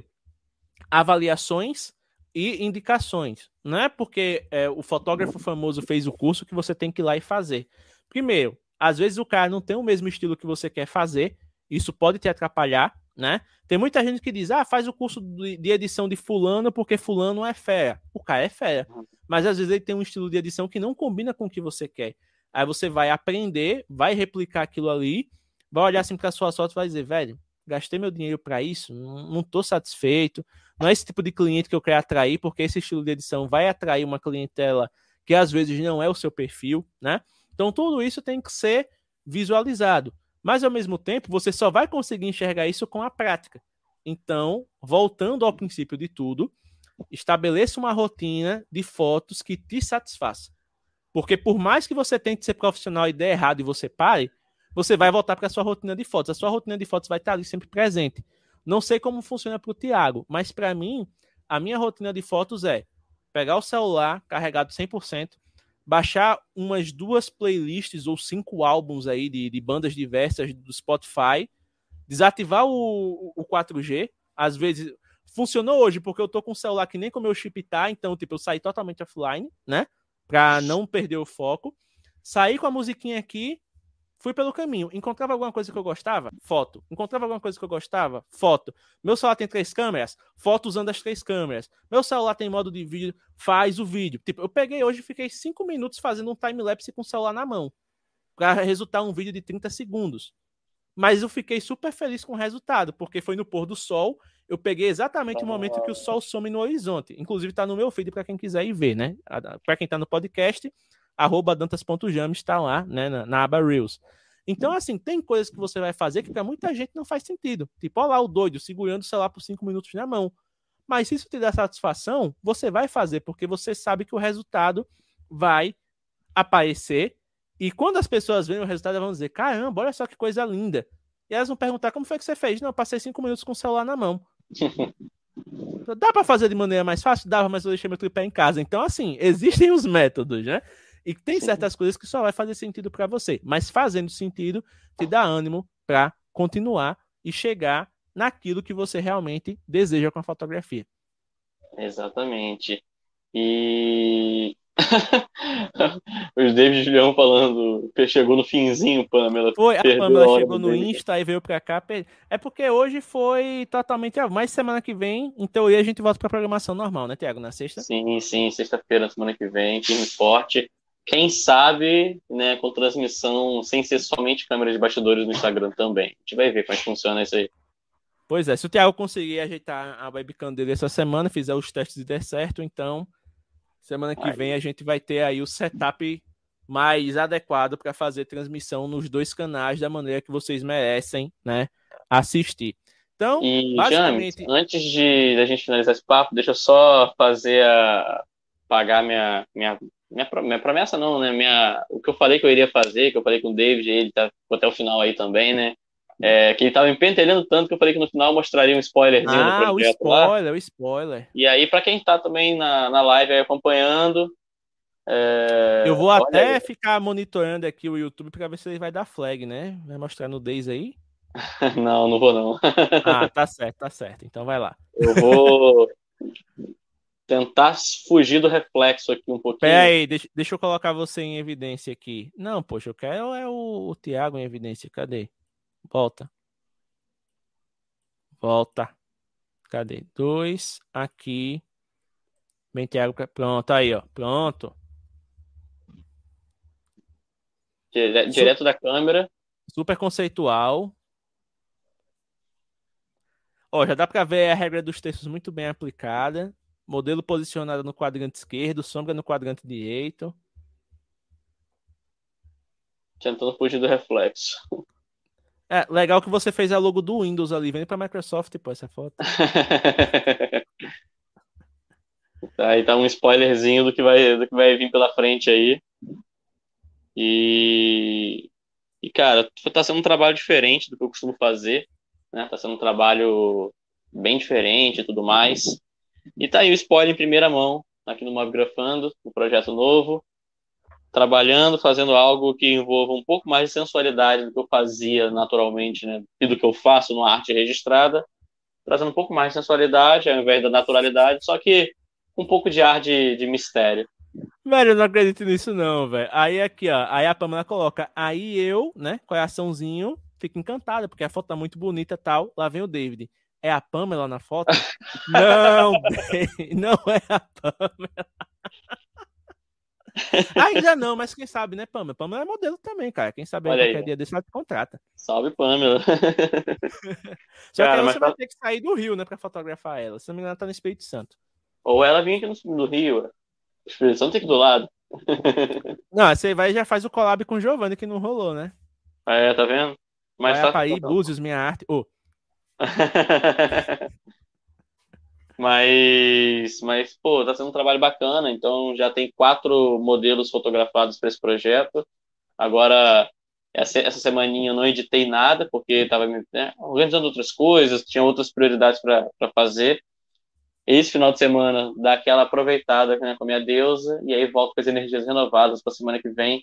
avaliações e indicações. Não é porque o fotógrafo famoso fez o curso que você tem que ir lá e fazer. Primeiro, às vezes o cara não tem o mesmo estilo que você quer fazer, isso pode te atrapalhar, né? Tem muita gente que diz, faz o curso de edição de fulano porque fulano é fera. O cara é fera, mas às vezes ele tem um estilo de edição que não combina com o que você quer. Aí você vai aprender, vai replicar aquilo ali, vai olhar assim para sua foto e vai dizer, velho, gastei meu dinheiro para isso, não estou satisfeito, não é esse tipo de cliente que eu quero atrair, porque esse estilo de edição vai atrair uma clientela que às vezes não é o seu perfil, né? Então tudo isso tem que ser visualizado. Mas ao mesmo tempo, você só vai conseguir enxergar isso com a prática. Então, voltando ao princípio de tudo, estabeleça uma rotina de fotos que te satisfaça. Porque por mais que você tente ser profissional e dê errado e você pare, você vai voltar para a sua rotina de fotos. A sua rotina de fotos vai estar ali sempre presente. Não sei como funciona para o Thiago, mas para mim, a minha rotina de fotos é pegar o celular carregado 100%, baixar umas 2 playlists ou 5 álbuns aí de bandas diversas do Spotify, desativar o 4G, às vezes funcionou hoje porque eu tô com o celular que nem com o meu chip tá, então tipo eu saí totalmente offline, né? Para não perder o foco. Saí com a musiquinha aqui, fui pelo caminho. Encontrava alguma coisa que eu gostava? Foto. Encontrava alguma coisa que eu gostava? Foto. Meu celular tem 3 câmeras? Foto usando as 3 câmeras. Meu celular tem modo de vídeo? Faz o vídeo. Tipo, eu peguei hoje e fiquei 5 minutos fazendo um time-lapse com o celular na mão. Para resultar um vídeo de 30 segundos. Mas eu fiquei super feliz com o resultado, porque foi no pôr do sol. Eu peguei exatamente o momento que o sol some no horizonte. Inclusive tá no meu feed para quem quiser ir ver, né? Para quem tá no podcast, @dantas.james está lá, né, na aba Reels. Então, assim, tem coisas que você vai fazer que para muita gente não faz sentido. Tipo, olha lá o doido segurando o celular por 5 minutos na mão. Mas se isso te dá satisfação, você vai fazer, porque você sabe que o resultado vai aparecer. E quando as pessoas veem o resultado, elas vão dizer, caramba, olha só que coisa linda. E elas vão perguntar, como foi que você fez? Não, eu passei 5 minutos com o celular na mão. Dá para fazer de maneira mais fácil? Dava, mas eu deixei meu tripé em casa. Então, assim, existem os métodos, né? E tem certas coisas que só vai fazer sentido para você. Mas fazendo sentido, te dá ânimo para continuar e chegar naquilo que você realmente deseja com a fotografia. Exatamente. E os David e Julião falando que chegou no finzinho, Pamela. Foi, a Perdeu Pamela a hora chegou no dele. Insta e veio pra cá. É porque hoje foi totalmente. Mas semana que vem, em teoria, a gente volta pra programação normal, né, Tiago? Na sexta? Sim, sim, sexta-feira, semana que vem, time forte. Quem sabe, né, com transmissão sem ser somente câmera de bastidores no Instagram também. A gente vai ver como é que funciona isso aí. Pois é, se o Thiago conseguir ajeitar a webcam dele essa semana, fizer os testes e der certo, então semana que vem a gente vai ter aí o setup mais adequado para fazer transmissão nos 2 canais da maneira que vocês merecem, né, assistir. Então, E, James, basicamente, antes de a gente finalizar esse papo, deixa eu só fazer pagar minha promessa, não, né? O que eu falei que eu iria fazer, que eu falei com o David, ele tá até o final aí também, né? Que ele tava me pentelhando tanto que eu falei que no final eu mostraria um spoilerzinho do o projeto lá. spoiler, o spoiler. E aí, para quem tá também na live aí acompanhando, Eu vou olha aí. até ficar monitorando aqui o YouTube para ver se ele vai dar flag, né? Vai mostrar nudez aí. Não, não vou não. Ah, tá certo, tá certo. Então vai lá. Eu vou tentar fugir do reflexo aqui um Pera pouquinho. aí, deixa eu colocar você em evidência aqui. Não, poxa, eu quero o Thiago em evidência. Cadê? Volta. Volta. Cadê? 2 aqui. Bem, Thiago. Pronto, aí, ó. Pronto. Direto da câmera. Super conceitual. Ó, já dá para ver a regra dos textos muito bem aplicada. Modelo posicionado no quadrante esquerdo, sombra no quadrante direito. Tentando fugir do reflexo. Legal que você fez a logo do Windows ali. Vem pra Microsoft, pô, essa foto. Aí tá um spoilerzinho do que vai vir pela frente aí. E cara, tá sendo um trabalho diferente do que eu costumo fazer, né? Tá sendo um trabalho bem diferente e tudo mais. E tá aí o spoiler em primeira mão, aqui no Mobgrafando, um projeto novo. trabalhando, fazendo algo que envolva um pouco mais de sensualidade do que eu fazia naturalmente, né? E do que eu faço numa arte registrada, trazendo um pouco mais de sensualidade ao invés da naturalidade, só que um pouco de ar de mistério. Velho, eu não acredito nisso não, velho. Aí aqui, ó. Aí a Pamela coloca. Aí eu, né, coraçãozinho, fico encantada, porque a foto tá muito bonita e tal. Lá vem o David. É a Pamela na foto? Não, não é a Pamela. Ainda não, mas quem sabe, né, Pamela? Pamela é modelo também, cara. Quem sabe aí Olha aí, qualquer dia desse ela te contrata. salve Pamela. Só que aí Cara, você mas vai ter que sair do Rio, né, pra fotografar ela. Se não me engano, ela tá no Espírito Santo. ou ela vinha aqui no Rio, o Espírito Santo tem aqui do lado. Não, você vai e já faz o collab com o Giovanni, que não rolou, né? É, tá vendo? Mas Vai a tá. Paí, Búzios, Minha Arte. Ô, Pô, tá sendo um trabalho bacana. Então, já tem 4 modelos fotografados para esse projeto. Agora, essa semaninha eu não editei nada, porque estava organizando outras coisas, tinha outras prioridades para fazer. Esse final de semana, dá aquela aproveitada, né, com a minha deusa, e aí volto com as energias renovadas para a semana que vem,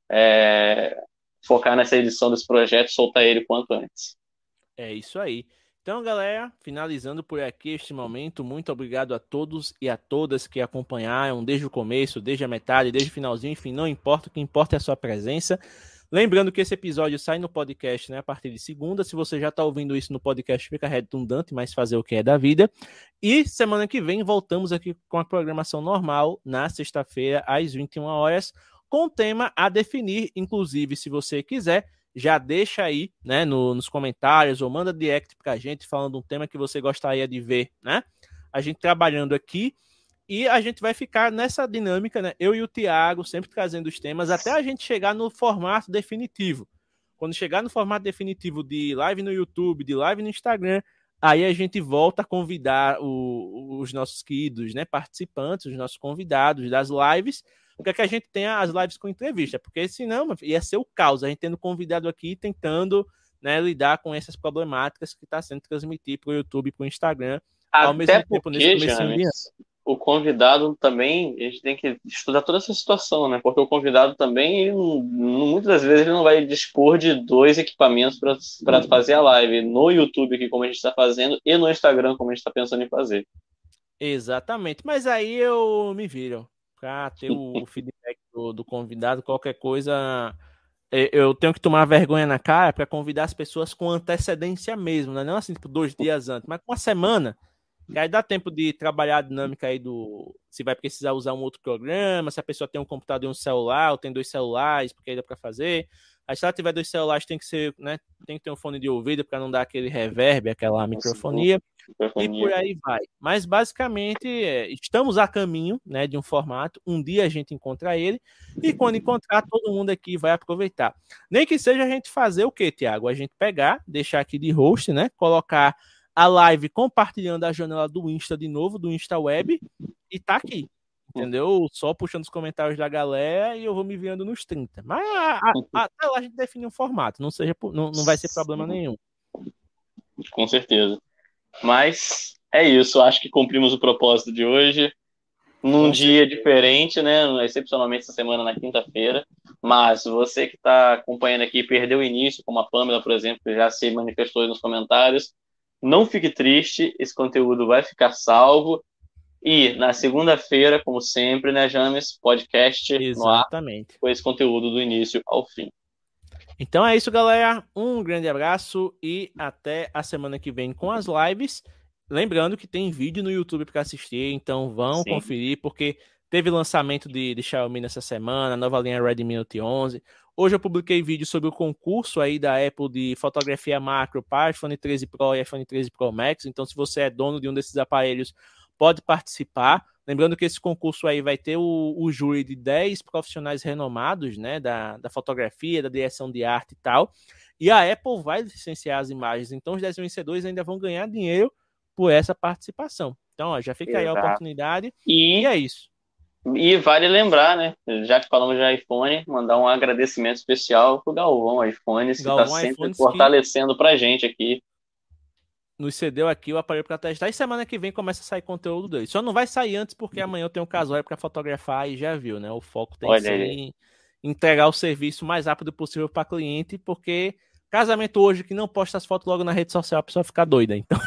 focar nessa edição desse projeto e soltar ele o quanto antes. é isso aí. Então, galera, finalizando por aqui este momento, muito obrigado a todos e a todas que acompanharam desde o começo, desde a metade, desde o finalzinho, enfim, não importa, o que importa é a sua presença. Lembrando que esse episódio sai no podcast, né, a partir de segunda. Se você já está ouvindo isso no podcast, fica redundante, mas fazer o que é da vida. E semana que vem voltamos aqui com a programação normal, na sexta-feira, às 21 horas, com o tema a definir. Inclusive, se você quiser, já deixa aí, né, nos comentários ou manda direct pra gente falando um tema que você gostaria de ver, né? A gente trabalhando aqui e a gente vai ficar nessa dinâmica, né? Eu e o Thiago sempre trazendo os temas até a gente chegar no formato definitivo. Quando chegar no formato definitivo de live no YouTube, de live no Instagram, aí a gente volta a convidar os nossos queridos, né, participantes, os nossos convidados das lives, porque é que a gente tem as lives com entrevista, porque senão ia ser o caos, a gente tendo convidado aqui tentando, né, lidar com essas problemáticas que está sendo transmitido para o YouTube e para o Instagram, ao Até mesmo tempo nesse porque, comecinho de ano. James, o convidado também, a gente tem que estudar toda essa situação, né? Porque o convidado também, muitas das vezes, ele não vai dispor de 2 equipamentos para fazer a live no YouTube, aqui como a gente está fazendo, e no Instagram, como a gente está pensando em fazer. Exatamente, mas aí eu me viro para ter o feedback do convidado, qualquer coisa. Eu tenho que tomar vergonha na cara para convidar as pessoas com antecedência mesmo, né? Não assim, tipo, 2 dias antes, mas com uma semana. Que aí dá tempo de trabalhar a dinâmica aí se vai precisar usar um outro programa, se a pessoa tem um computador e um celular, ou tem 2 celulares, porque aí dá para fazer. Aí se ela tiver 2 celulares, tem que ser, né? Tem que ter um fone de ouvido para não dar aquele reverb, aquela microfonia. E por aí vai. Mas basicamente estamos a caminho, né, de um formato. Um dia a gente encontra ele e quando encontrar, todo mundo aqui vai aproveitar. Nem que seja a gente fazer o quê, Tiago? A gente pegar, deixar aqui de host, né? Colocar a live compartilhando a janela do Insta de novo, do Insta Web, e tá aqui. Entendeu? Só puxando os comentários da galera e eu vou me enviando nos 30. Mas até lá a gente define um formato. Não vai ser problema nenhum. Com certeza. Mas é isso, acho que cumprimos o propósito de hoje. Num dia diferente, né? Excepcionalmente essa semana na quinta-feira. Mas você que está acompanhando aqui perdeu o início, como a Pamela, por exemplo, que já se manifestou aí nos comentários. Não fique triste, esse conteúdo vai ficar salvo. E na segunda-feira, como sempre, né, James? Podcast no ar Exatamente. com esse conteúdo do início ao fim. Então é isso, galera. Um grande abraço e até a semana que vem com as lives. Lembrando que tem vídeo no YouTube para assistir, então vão Sim. conferir, porque teve lançamento de Xiaomi nessa semana, a nova linha Redmi Note 11. Hoje eu publiquei vídeo sobre o concurso aí da Apple de fotografia macro para iPhone 13 Pro e iPhone 13 Pro Max. Então, se você é dono de um desses aparelhos, pode participar. Lembrando que esse concurso aí vai ter o júri de 10 profissionais renomados, né, da fotografia, da direção de arte e tal. E a Apple vai licenciar as imagens. Então, os 10 vencedores ainda vão ganhar dinheiro por essa participação. Então, ó, já fica aí a oportunidade. E é isso. E vale lembrar, né? Já que falamos de iPhone, mandar um agradecimento especial pro Galvão iPhones, que está sempre fortalecendo pra gente aqui. nos cedeu aqui o aparelho para testar. E semana que vem começa a sair conteúdo dele. Só não vai sair antes porque amanhã eu tenho um casório para fotografar e já viu, né? O foco tem que ser em entregar o serviço o mais rápido possível para cliente, porque casamento hoje que não posta as fotos logo na rede social, a pessoa fica doida. Então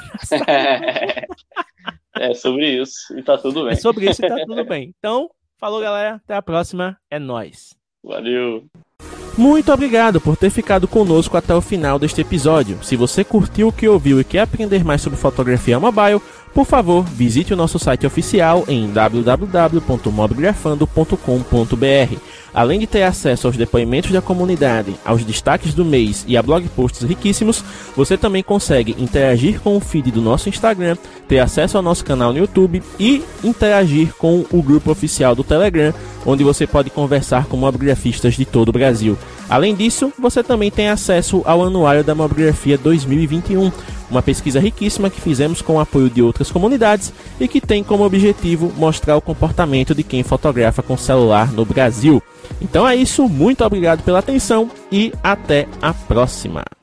é sobre isso e tá tudo bem. É sobre isso e tá tudo bem. Então, falou, galera. Até a próxima. É nóis. Valeu. Muito obrigado por ter ficado conosco até o final deste episódio. Se você curtiu o que ouviu e quer aprender mais sobre fotografia mobile, por favor, visite o nosso site oficial em www.mobigrafando.com.br. Além de ter acesso aos depoimentos da comunidade, aos destaques do mês e a blog posts riquíssimos, você também consegue interagir com o feed do nosso Instagram, ter acesso ao nosso canal no YouTube e interagir com o grupo oficial do Telegram, onde você pode conversar com mobigrafistas de todo o Brasil. Além disso, você também tem acesso ao Anuário da Mobigrafia 2021, uma pesquisa riquíssima que fizemos com o apoio de outras comunidades e que tem como objetivo mostrar o comportamento de quem fotografa com celular no Brasil. Então é isso, muito obrigado pela atenção e até a próxima!